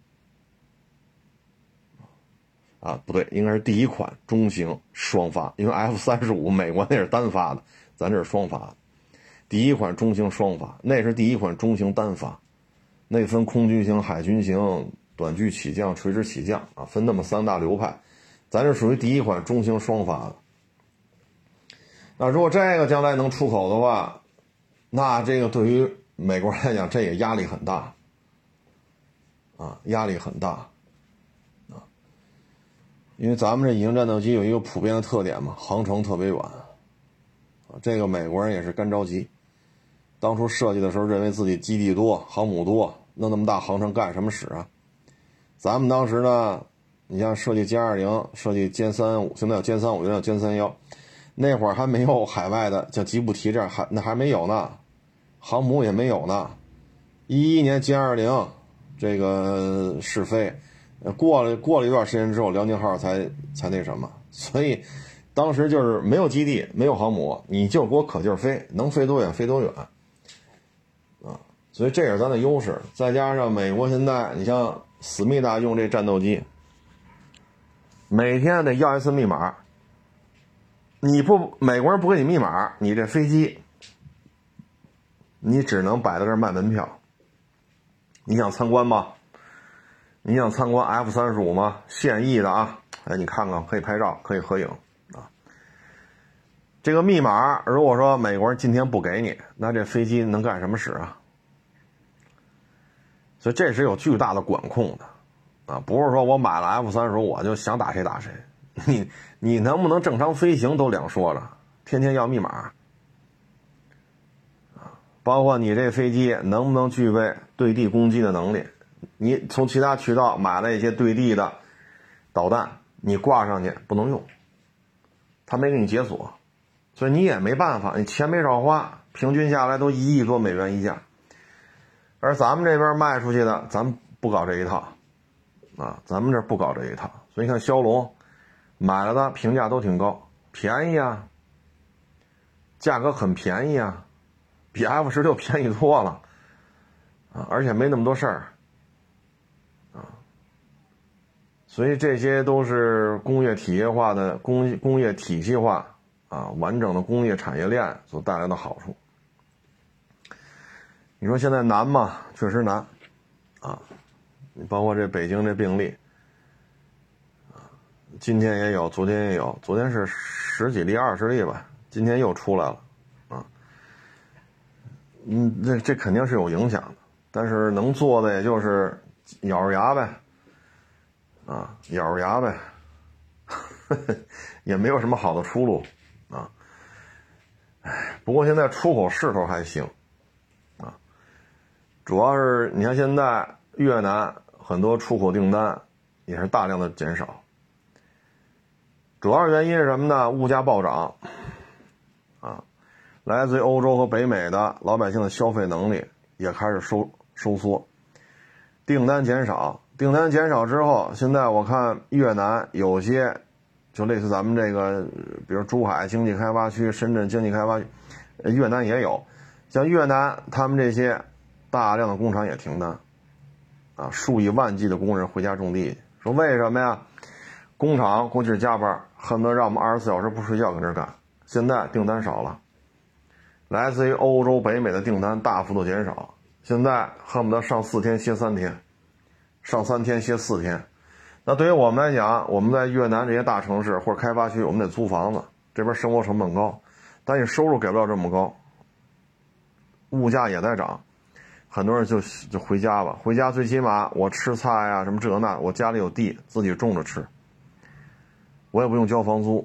啊，不对，应该是第一款中型双发，因为 F 三十五 美国那是单发的，咱这是双发的。第一款中型双发，那是第一款中型单发，那分空军型、海军型、短距起降、垂直起降啊，分那么三大流派，咱这属于第一款中型双发的。那如果这个将来能出口的话，那这个对于美国人来讲，这也压力很大啊，压力很大。因为咱们这隐形战斗机有一个普遍的特点嘛，航程特别远，啊，这个美国人也是干着急。当初设计的时候认为自己基地多、航母多，弄那么大航程干什么使啊？咱们当时呢，你像设计歼二零、设计歼三五，现在有歼三五，现在有歼三幺，那会儿还没有海外的像吉布提这样，还那还没有呢，航母也没有呢。一一年歼二零这个试飞。过了过了一段时间之后，辽宁号才才那什么，所以当时就是没有基地，没有航母，你就给我可劲儿飞，能飞多远飞多远啊！所以这也是咱的优势。再加上美国现在，你像思密达用这战斗机，每天得要一次密码，你不美国人不给你密码，你这飞机你只能摆在这儿卖门票。你想参观吗？你想参观 F 三十五 吗？现役的啊，哎，你看看，可以拍照，可以合影啊。 这个密码如果说美国人今天不给你，那这飞机能干什么使啊？所以这是有巨大的管控的啊，不是说我买了 F 三十五我就想打谁打谁，你你能不能正常飞行都两说了，天天要密码啊，包括你这飞机能不能具备对地攻击的能力，你从其他渠道买了一些对地的导弹，你挂上去不能用，他没给你解锁，所以你也没办法，你钱没少花，平均下来都一亿多美元一架。而咱们这边卖出去的，咱们不搞这一套啊，咱们这不搞这一套，所以你看骁龙买了的评价都挺高，便宜啊，价格很便宜啊，比 F 十六 便宜多了啊，而且没那么多事儿啊，所以这些都是工业体业化的工工业体系化啊，完整的工业产业链所带来的好处。你说现在难吗？确实难啊！你包括这北京这病例啊，今天也有，昨天也有，昨天是十几例、二十例吧，今天又出来了啊。嗯，这这肯定是有影响的，但是能做的也就是咬着牙呗，啊，咬着牙呗，呵呵，也没有什么好的出路啊。哎，不过现在出口势头还行。主要是你看现在越南很多出口订单也是大量的减少，主要原因是什么呢？物价暴涨啊，来自于欧洲和北美的老百姓的消费能力也开始收收缩，订单减少，订单减少之后，现在我看越南有些就类似咱们这个比如珠海经济开发区、深圳经济开发区，越南也有，像越南他们这些大量的工厂也停单啊，数以万计的工人回家种地，说为什么呀？工厂过去加班，恨不得让我们二十四小时不睡觉跟这干。现在订单少了，来自于欧洲北美的订单大幅度减少，现在恨不得上四天歇三天，上三天歇四天。那对于我们来讲，我们在越南这些大城市或者开发区，我们得租房子，这边生活成本高，但你收入给不了这么高，物价也在涨，很多人就就回家吧，回家最起码我吃菜呀、啊、什么这那，我家里有地，自己种着吃，我也不用交房租，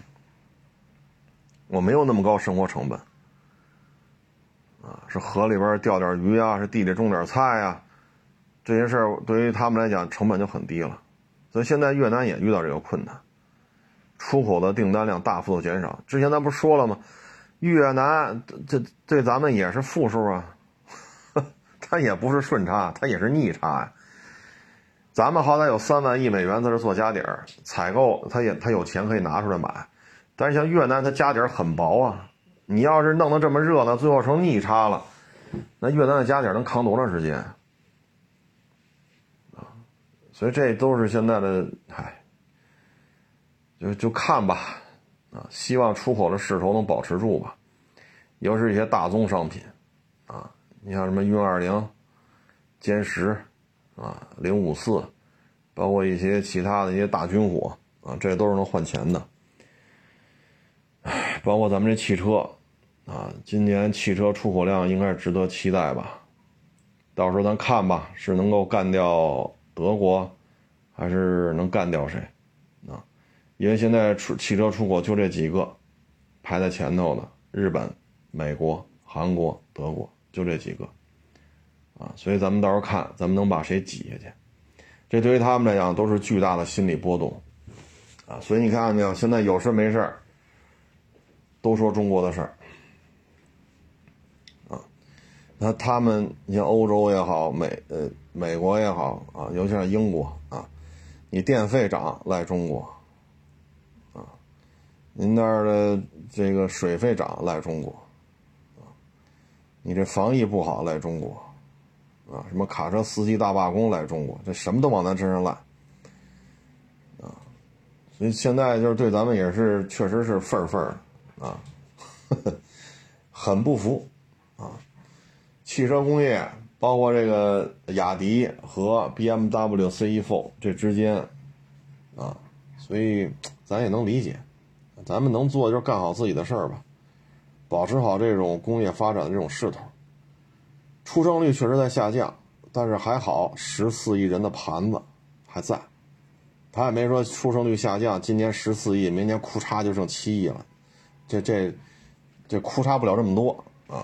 我没有那么高生活成本啊，是河里边钓点鱼啊，是地里种点菜啊，这些事儿对于他们来讲成本就很低了。所以现在越南也遇到这个困难，出口的订单量大幅度减少。之前咱不是说了吗？越南这对咱们也是负数啊，它也不是顺差，它也是逆差呀。咱们好歹有三万亿美元在这做家底儿，采购它也它有钱可以拿出来买，但是像越南它家底儿很薄啊，你要是弄得这么热闹，最后成逆差了，那越南的家底儿能扛多长时间啊？所以这都是现在的，唉，就就看吧，啊，希望出口的势头能保持住吧，尤其是一些大宗商品，啊，你像什么运二零、歼十。啊，零五四，包括一些其他的一些大军火啊，这都是能换钱的。唉，包括咱们这汽车啊，今年汽车出口量应该是值得期待吧？到时候咱看吧，是能够干掉德国，还是能干掉谁啊？因为现在出汽车出口就这几个排在前头的，日本、美国、韩国、德国，就这几个。啊，所以咱们到时候看咱们能把谁挤下去，这对于他们来讲都是巨大的心理波动啊。所以你看到没有，现在有事没事都说中国的事儿啊。那他们你像欧洲也好，美呃美国也好啊，尤其是英国啊，你电费涨赖中国啊，您那儿的这个水费涨赖中国啊，你这防疫不好赖中国啊，什么卡车司机大罢工来中国，这什么都往咱身上赖啊，所以现在就是对咱们也是确实是份儿份儿啊，呵呵，很不服啊。汽车工业包括这个雅迪和 B M W C E 四 这之间啊，所以咱也能理解， 咱们能做的就是干好自己的事儿吧，保持好这种工业发展的这种势头。出生率确实在下降，但是还好十四亿人的盘子还在，他也没说出生率下降，今年十四亿，明年库嚓就剩七亿了，这这这库嚓不了这么多啊，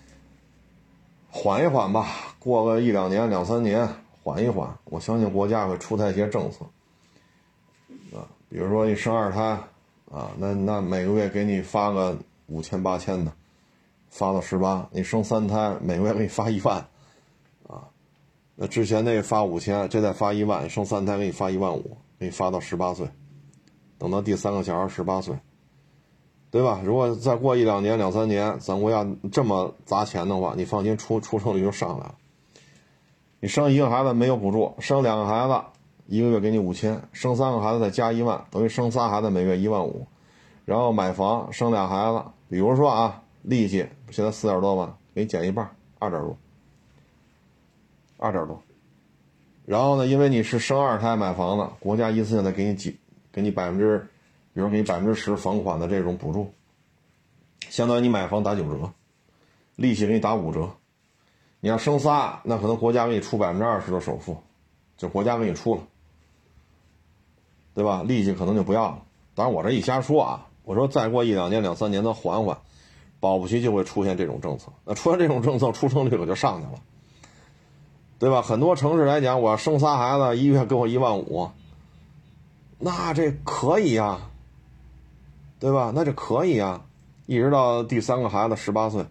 缓一缓吧，过个一两年两三年缓一缓，我相信国家会出台一些政策啊，比如说你生二胎啊，那那每个月给你发个五千八千的，发到十八，你生三胎每个月给你发一万啊，那之前那发五千，这再发一万，生三胎给你发一万五，给你发到十八岁，等到第三个小孩十八岁，对吧？如果再过一两年两三年，咱国家这么砸钱的话，你放心，出出生率就上来了。你生一个孩子没有补助，生两个孩子一个月给你五千，生三个孩子再加一万，等于生仨孩子每月一万五，然后买房生俩孩子，比如说啊，利息现在四点多万，给你减一半，二点多，二点多。然后呢，因为你是生二胎买房子，国家一次性再给你几，给你百分之，比如给你百分之十房款的这种补助，相当于你买房打九折，利息给你打五折。你要生仨，那可能国家给你出百分之二十的首付，就国家给你出了，对吧？利息可能就不要了。当然我这一瞎说啊，我说再过一两年两三年，咱缓缓，保不齐就会出现这种政策。那出现这种政策，出生率可就上去了，对吧？很多城市来讲，我要生仨孩子，一月给我一万五，那这可以呀，对吧？那这可以呀，一直到第三个孩子十八岁，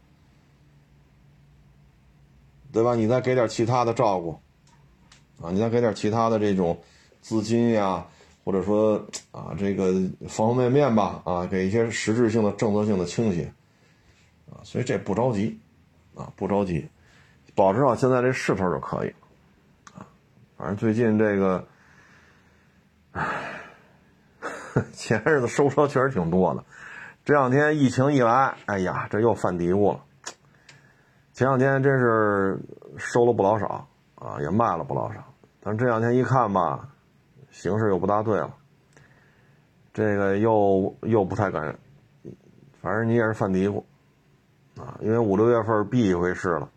对吧？你再给点其他的照顾啊，你再给点其他的这种资金呀，或者说啊这个方方面面吧，啊给一些实质性的政策性的倾斜啊，所以这不着急啊，不着急，保持好现在这势头就可以啊。反正最近这个，唉，前日子收车确实挺多的，这两天疫情一来，哎呀，这又犯嘀咕了。前两天真是收了不老少啊，也卖了不老少，但这两天一看吧，形势又不大对了，这个又又不太敢，反正你也是犯嘀咕啊，因为五六月份避一回事了，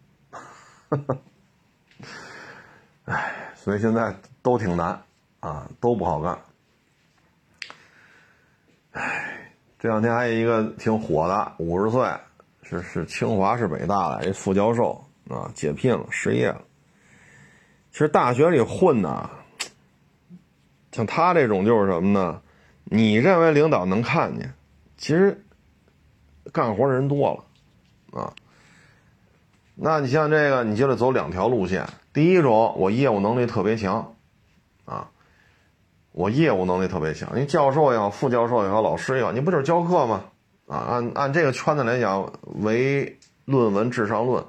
哎，所以现在都挺难啊，都不好干。哎，这两天还有一个挺火的，五十岁。是是清华是北大的一副教授啊，解聘了，失业了。其实大学里混呢，像他这种就是什么呢？你认为领导能看见，其实干活的人多了啊。那你像这个，你就得走两条路线。第一种，我业务能力特别强啊，我业务能力特别强。你教授也好，副教授也好，老师也好，你不就是教课吗？啊，按按这个圈子来讲，唯论文至上论。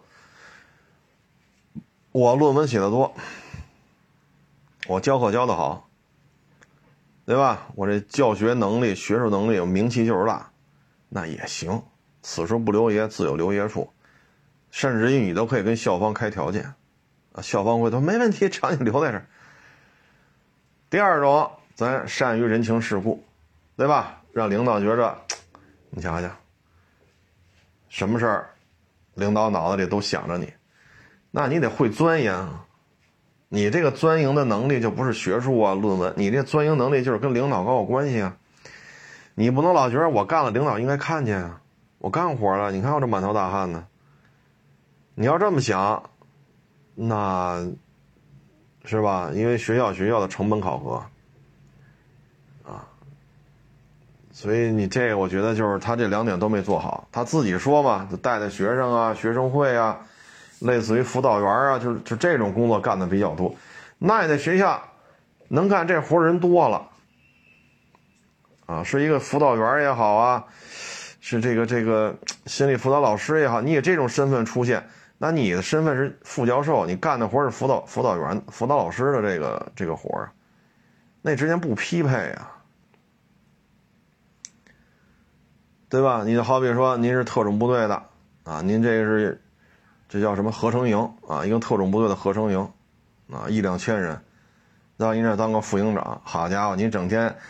我论文写得多，我教课教得好，对吧？我这教学能力、学术能力有名气就是大，那也行。此处不留爷，自有留爷处。甚至于你都可以跟校方开条件，啊，校方会说没问题，只要你留在这儿。第二种，咱善于人情世故，对吧？让领导觉着。你想想，什么事儿，领导脑子里都想着你，那你得会钻研啊。你这个钻营的能力就不是学术啊、论文，你这钻营能力就是跟领导搞好关系啊。你不能老觉得我干了，领导应该看见啊，我干活了，你看我这满头大汗的。你要这么想，那是吧？因为学校学校的成本考核。所以你这个我觉得就是他这两点都没做好，他自己说嘛，就带带学生啊、学生会啊，类似于辅导员啊，就就这种工作干的比较多。那你在学校能干这活人多了啊，是一个辅导员也好啊，是这个这个心理辅导老师也好，你以这种身份出现，那你的身份是副教授，你干的活是辅导辅导员、辅导老师的这个这个活啊，那之间不匹配啊。对吧？你好比说您是特种部队的啊，您这是这叫什么合成营啊，一个特种部队的合成营啊，一两千人，让您这当个副营长，好家伙，你整天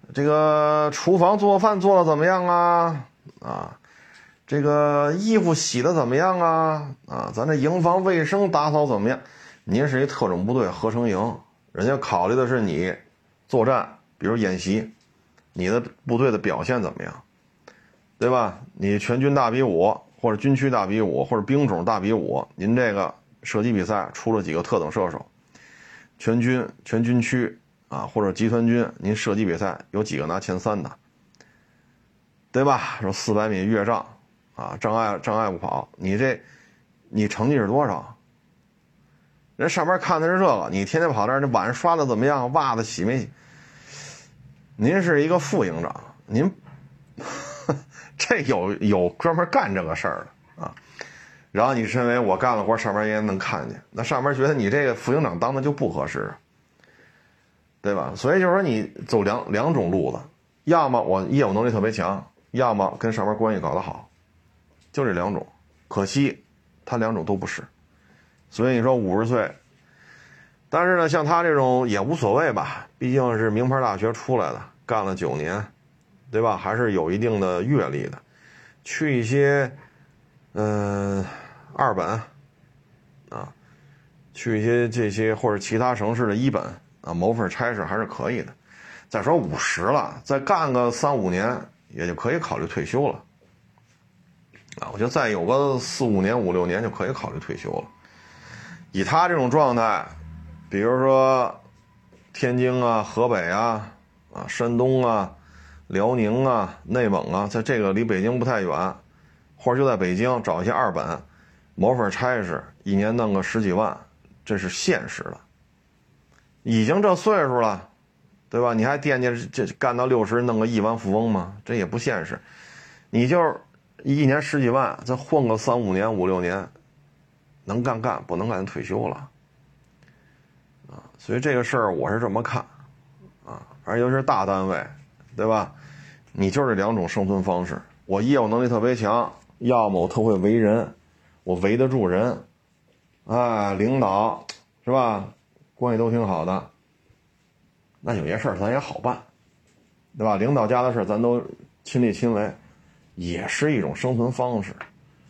这个厨房做饭做的怎么样啊？啊，这个衣服洗的怎么样啊？啊，咱这营房卫生打扫怎么样？您是一特种部队合成营，人家考虑的是你作战，比如演习，你的部队的表现怎么样，对吧？你全军大比武，或者军区大比武，或者兵种大比武，您这个射击比赛出了几个特等射手，全军全军区啊，或者集团军，您射击比赛有几个拿前三的，对吧？说四百米越障啊，障碍障碍物跑，你这你成绩是多少？人上面看的是这个，你天天跑这儿，那碗刷的怎么样？袜子洗没洗？您是一个副营长，您这有有专门干这个事儿的啊。然后你认为我干了活，上面也能看见，那上面觉得你这个副营长当的就不合适，对吧？所以就是说你走两两种路子，要么我业务能力特别强，要么跟上面关系搞得好，就这两种。可惜他两种都不是，所以你说五十岁，但是呢，像他这种也无所谓吧，毕竟是名牌大学出来的，干了九年，对吧？还是有一定的阅历的，去一些嗯、呃、二本啊，去一些这些或者其他城市的一本啊，谋份差事还是可以的。再说五十了，再干个三五年也就可以考虑退休了啊。我觉得再有个四五年五六年就可以考虑退休了。以他这种状态，比如说天津啊、河北啊、啊山东啊、辽宁啊、内蒙啊，在这个离北京不太远，或者就在北京找一些二本，谋份差事，一年弄个十几万，这是现实的。已经这岁数了，对吧？你还惦记这干到六十弄个亿万富翁吗？这也不现实。你就是一年十几万，再混个三五年、五六年，能干干，不能干退休了啊。所以这个事儿我是这么看啊，而尤其是大单位，对吧？你就是两种生存方式。我业务能力特别强，要么我特会为人，我围得住人，啊，领导是吧？关系都挺好的，那有些事儿咱也好办，对吧？领导家的事咱都亲力亲为，也是一种生存方式。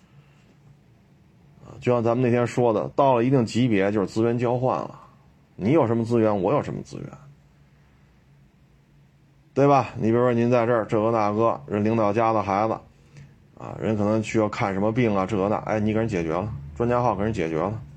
就像咱们那天说的，到了一定级别就是资源交换了，你有什么资源，我有什么资源，对吧？你比如说您在这儿这个那个，人领导家的孩子啊，人可能需要看什么病啊，这个那，哎，你给人解决了，专家号给人解决了，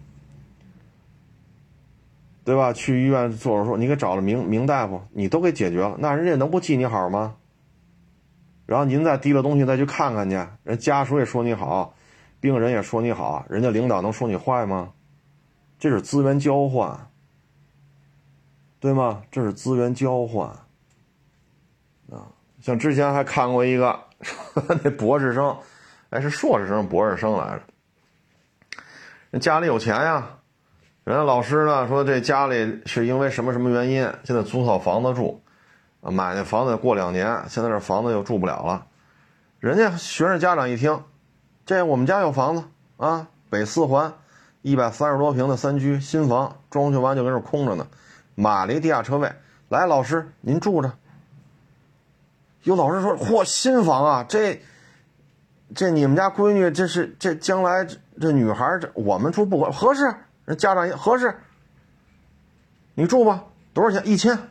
对吧？去医院做手术，你给找了名名大夫，你都给解决了，那人家能不记你好吗？然后您再提了东西再去看看去，人家属也说你好，病人也说你好，人家领导能说你坏吗？这是资源交换，对吗？这是资源交换啊！像之前还看过一个那博士生，哎，是硕士生博士生来着，人家里有钱呀，人家老师呢说这家里是因为什么什么原因，现在租套房子住，买那房子过两年，现在这房子又住不了了。人家学生家长一听，这我们家有房子啊，北四环一百三十多平的三居新房，装修完就跟这空着呢，买了一地下车位，来老师您住着。有老师说，嚯，新房啊，这这你们家闺女这是这将来这这女孩这我们住不合合适，人家长也合适，你住吧，多少钱？一千。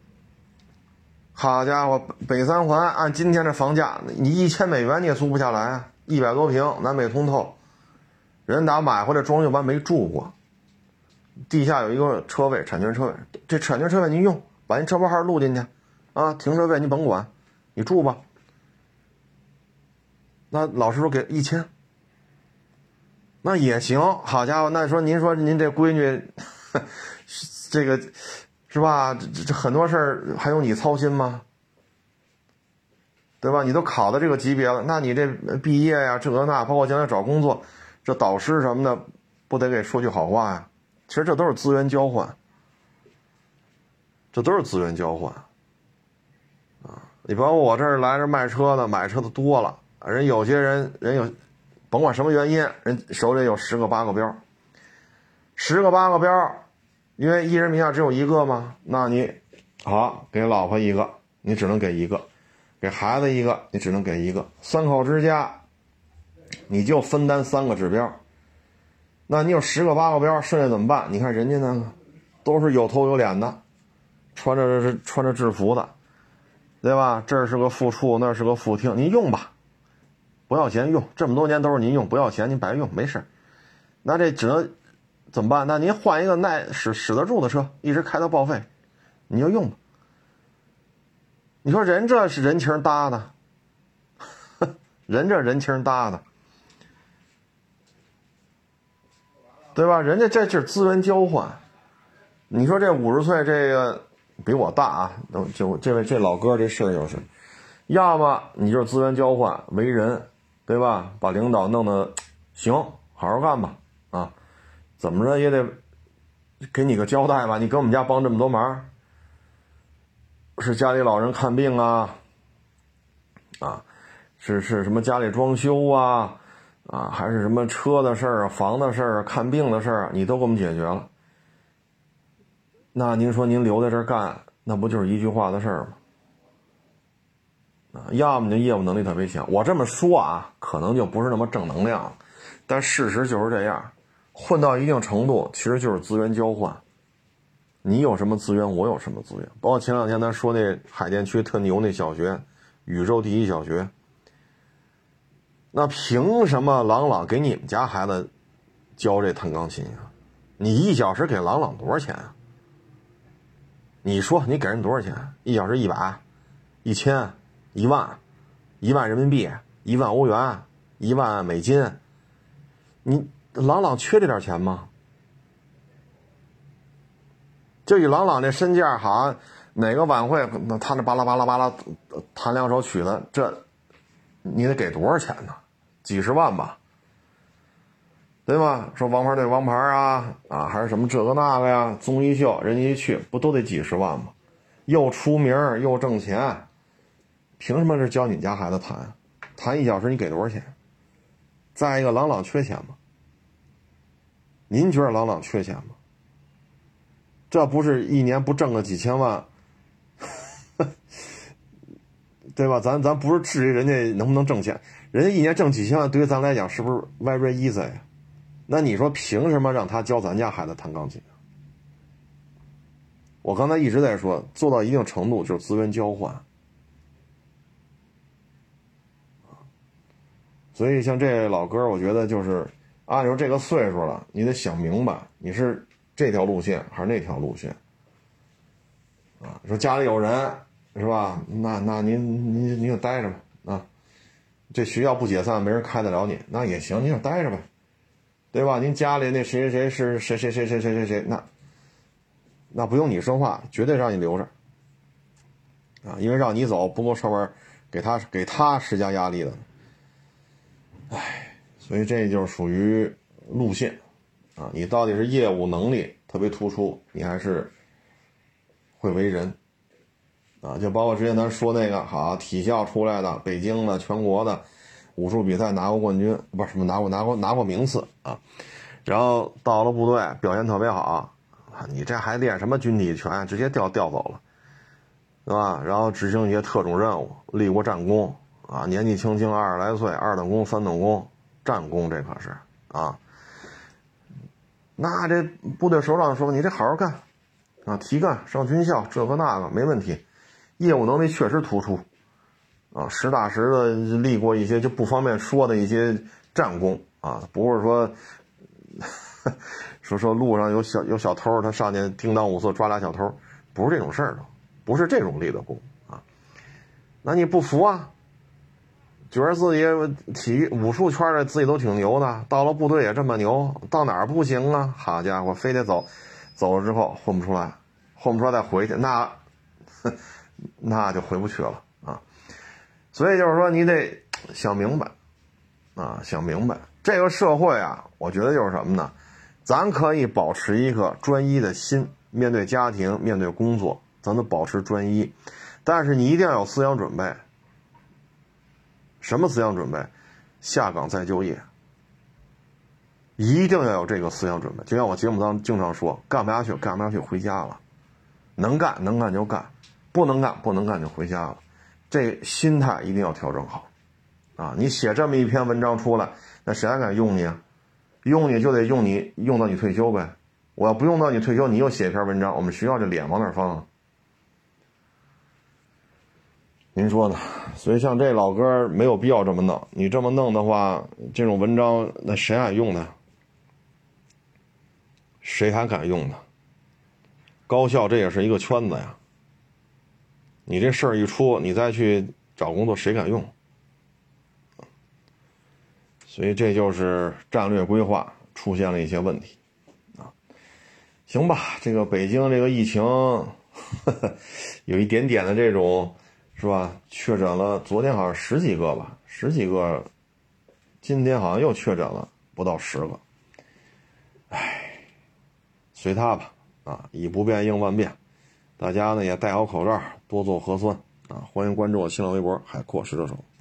好家伙，北三环按今天的房价，你一千美元你也租不下来啊！一百多平，南北通透，人打买回来装修完没住过，地下有一个车位，产权车位，这产权车位您用，把您车牌号录进去，啊，停车位你甭管，你住吧。那老师说给一千，那也行。好家伙，那说您说您这闺女，这个。是吧？这这很多事儿还用你操心吗？对吧？你都考到这个级别了，那你这毕业呀，这个那，包括将来找工作，这导师什么的，不得给说句好话呀？其实这都是资源交换，这都是资源交换啊！你包括我这儿来这卖车的，买车的多了，人有些人人有，甭管什么原因，人手里有十个八个标，十个八个标。因为一人名下只有一个嘛，那你好给老婆一个你只能给一个，给孩子一个，你只能给一个，三口之家，你就分担三个指标。那你有十个八个标，剩下怎么办？你看人家那个都是有头有脸的，穿着穿着制服的，对吧？这是个副处，那是个副厅，您用吧，不要钱用，这么多年都是您用，不要钱您白用，没事。那这只能怎么办？那您换一个耐使使得住的车，一直开到报废，你就用吧。你说人这是人情搭的，人这人情搭的，对吧？人家这是资源交换。你说这五十岁这个比我大啊，就这位这老哥这事儿就是，要么你就是资源交换为人，对吧？把领导弄得行，好好干吧，啊，怎么着也得给你个交代吧？你给我们家帮这么多忙，是家里老人看病啊，啊，是是什么家里装修啊，啊，还是什么车的事儿啊、房的事儿啊、看病的事儿啊，你都给我们解决了。那您说您留在这儿干，那不就是一句话的事儿吗？啊，要么就业务能力特别强。我这么说啊，可能就不是那么正能量，但事实就是这样。混到一定程度，其实就是资源交换。你有什么资源，我有什么资源。包括前两天咱说那海淀区特牛那小学，宇宙第一小学，那凭什么朗朗给你们家孩子教这弹钢琴啊？你一小时给朗朗多少钱啊？你说你给人多少钱？一小时一百、一千、一万、一万人民币、一万欧元、一万美金，你朗朗缺这点钱吗？就以朗朗这身价，好像哪个晚会他那巴拉巴拉巴拉弹两首曲子，这你得给多少钱呢？几十万吧，对吧？说王牌对王牌啊，啊还是什么这个那个呀，综艺秀人家一去不都得几十万吗？又出名又挣钱，凭什么是教你家孩子弹？弹一小时你给多少钱？再一个，朗朗缺钱吗？您觉得朗朗缺钱吗？这不是一年不挣个几千万，对吧？咱咱不是质疑人家能不能挣钱，人家一年挣几千万，对于咱来讲是不是 very easy 呀？那你说凭什么让他教咱家孩子弹钢琴？我刚才一直在说，做到一定程度就是资源交换。所以像这老哥，我觉得就是按照这个岁数了，你得想明白，你是这条路线还是那条路线啊？说家里有人是吧？那那您您您就待着吧啊！这学校不解散，没人开得了你，那也行，你就待着呗，对吧？您家里那谁谁是谁谁谁谁谁谁谁，那那不用你说话，绝对让你留着啊！因为让你走不够上面给他给他施加压力的。唉，所以这就是属于路线啊，你到底是业务能力特别突出，你还是会为人啊？就包括之前咱说那个好体校出来的，北京的全国的武术比赛拿过冠军，不是什么拿过拿过拿过名次啊，然后到了部队表现特别好啊，你这还练什么军体拳，直接调调走了，对吧？然后执行一些特种任务，立过战功啊，年纪轻轻二十来岁，二等功三等功，战功这可是啊。那这部队首长说你这好好干啊，提干上军校这个那个没问题，业务能力确实突出啊，实打实的立过一些就不方便说的一些战功啊，不是说说说路上有小有小偷，他上去叮当五四抓俩小偷，不是这种事儿的，不是这种立的功啊。那你不服啊？觉得自己体育武术圈的自己都挺牛的，到了部队也这么牛，到哪儿不行啊？好家伙，非得走，走了之后混不出来，混不出来再回去，那那就回不去了啊！所以就是说，你得想明白啊，想明白这个社会啊，我觉得就是什么呢？咱可以保持一个专一的心，面对家庭，面对工作，咱都保持专一，但是你一定要有思想准备。什么思想准备？下岗再就业，一定要有这个思想准备。就像我节目当中经常说，干不下去干不下去回家了，能干能干就干， 不能干不能干就回家了，这心态一定要调整好啊！你写这么一篇文章出来，那谁还敢用你啊？用你就得用你用到你退休呗。我要不用到你退休，你又写一篇文章，我们学校这脸往哪放啊？您说呢？所以像这老哥没有必要这么弄，你这么弄的话，这种文章那谁还用呢？谁还敢用呢？高校这也是一个圈子呀，你这事儿一出，你再去找工作，谁敢用？所以这就是战略规划出现了一些问题啊。行吧，这个北京这个疫情呵呵有一点点的这种是吧，确诊了，昨天好像十几个吧，十几个，今天好像又确诊了不到十个。唉，随他吧啊，以不变应万变，大家呢也戴好口罩，多做核酸啊！欢迎关注我新浪微博海阔试车手。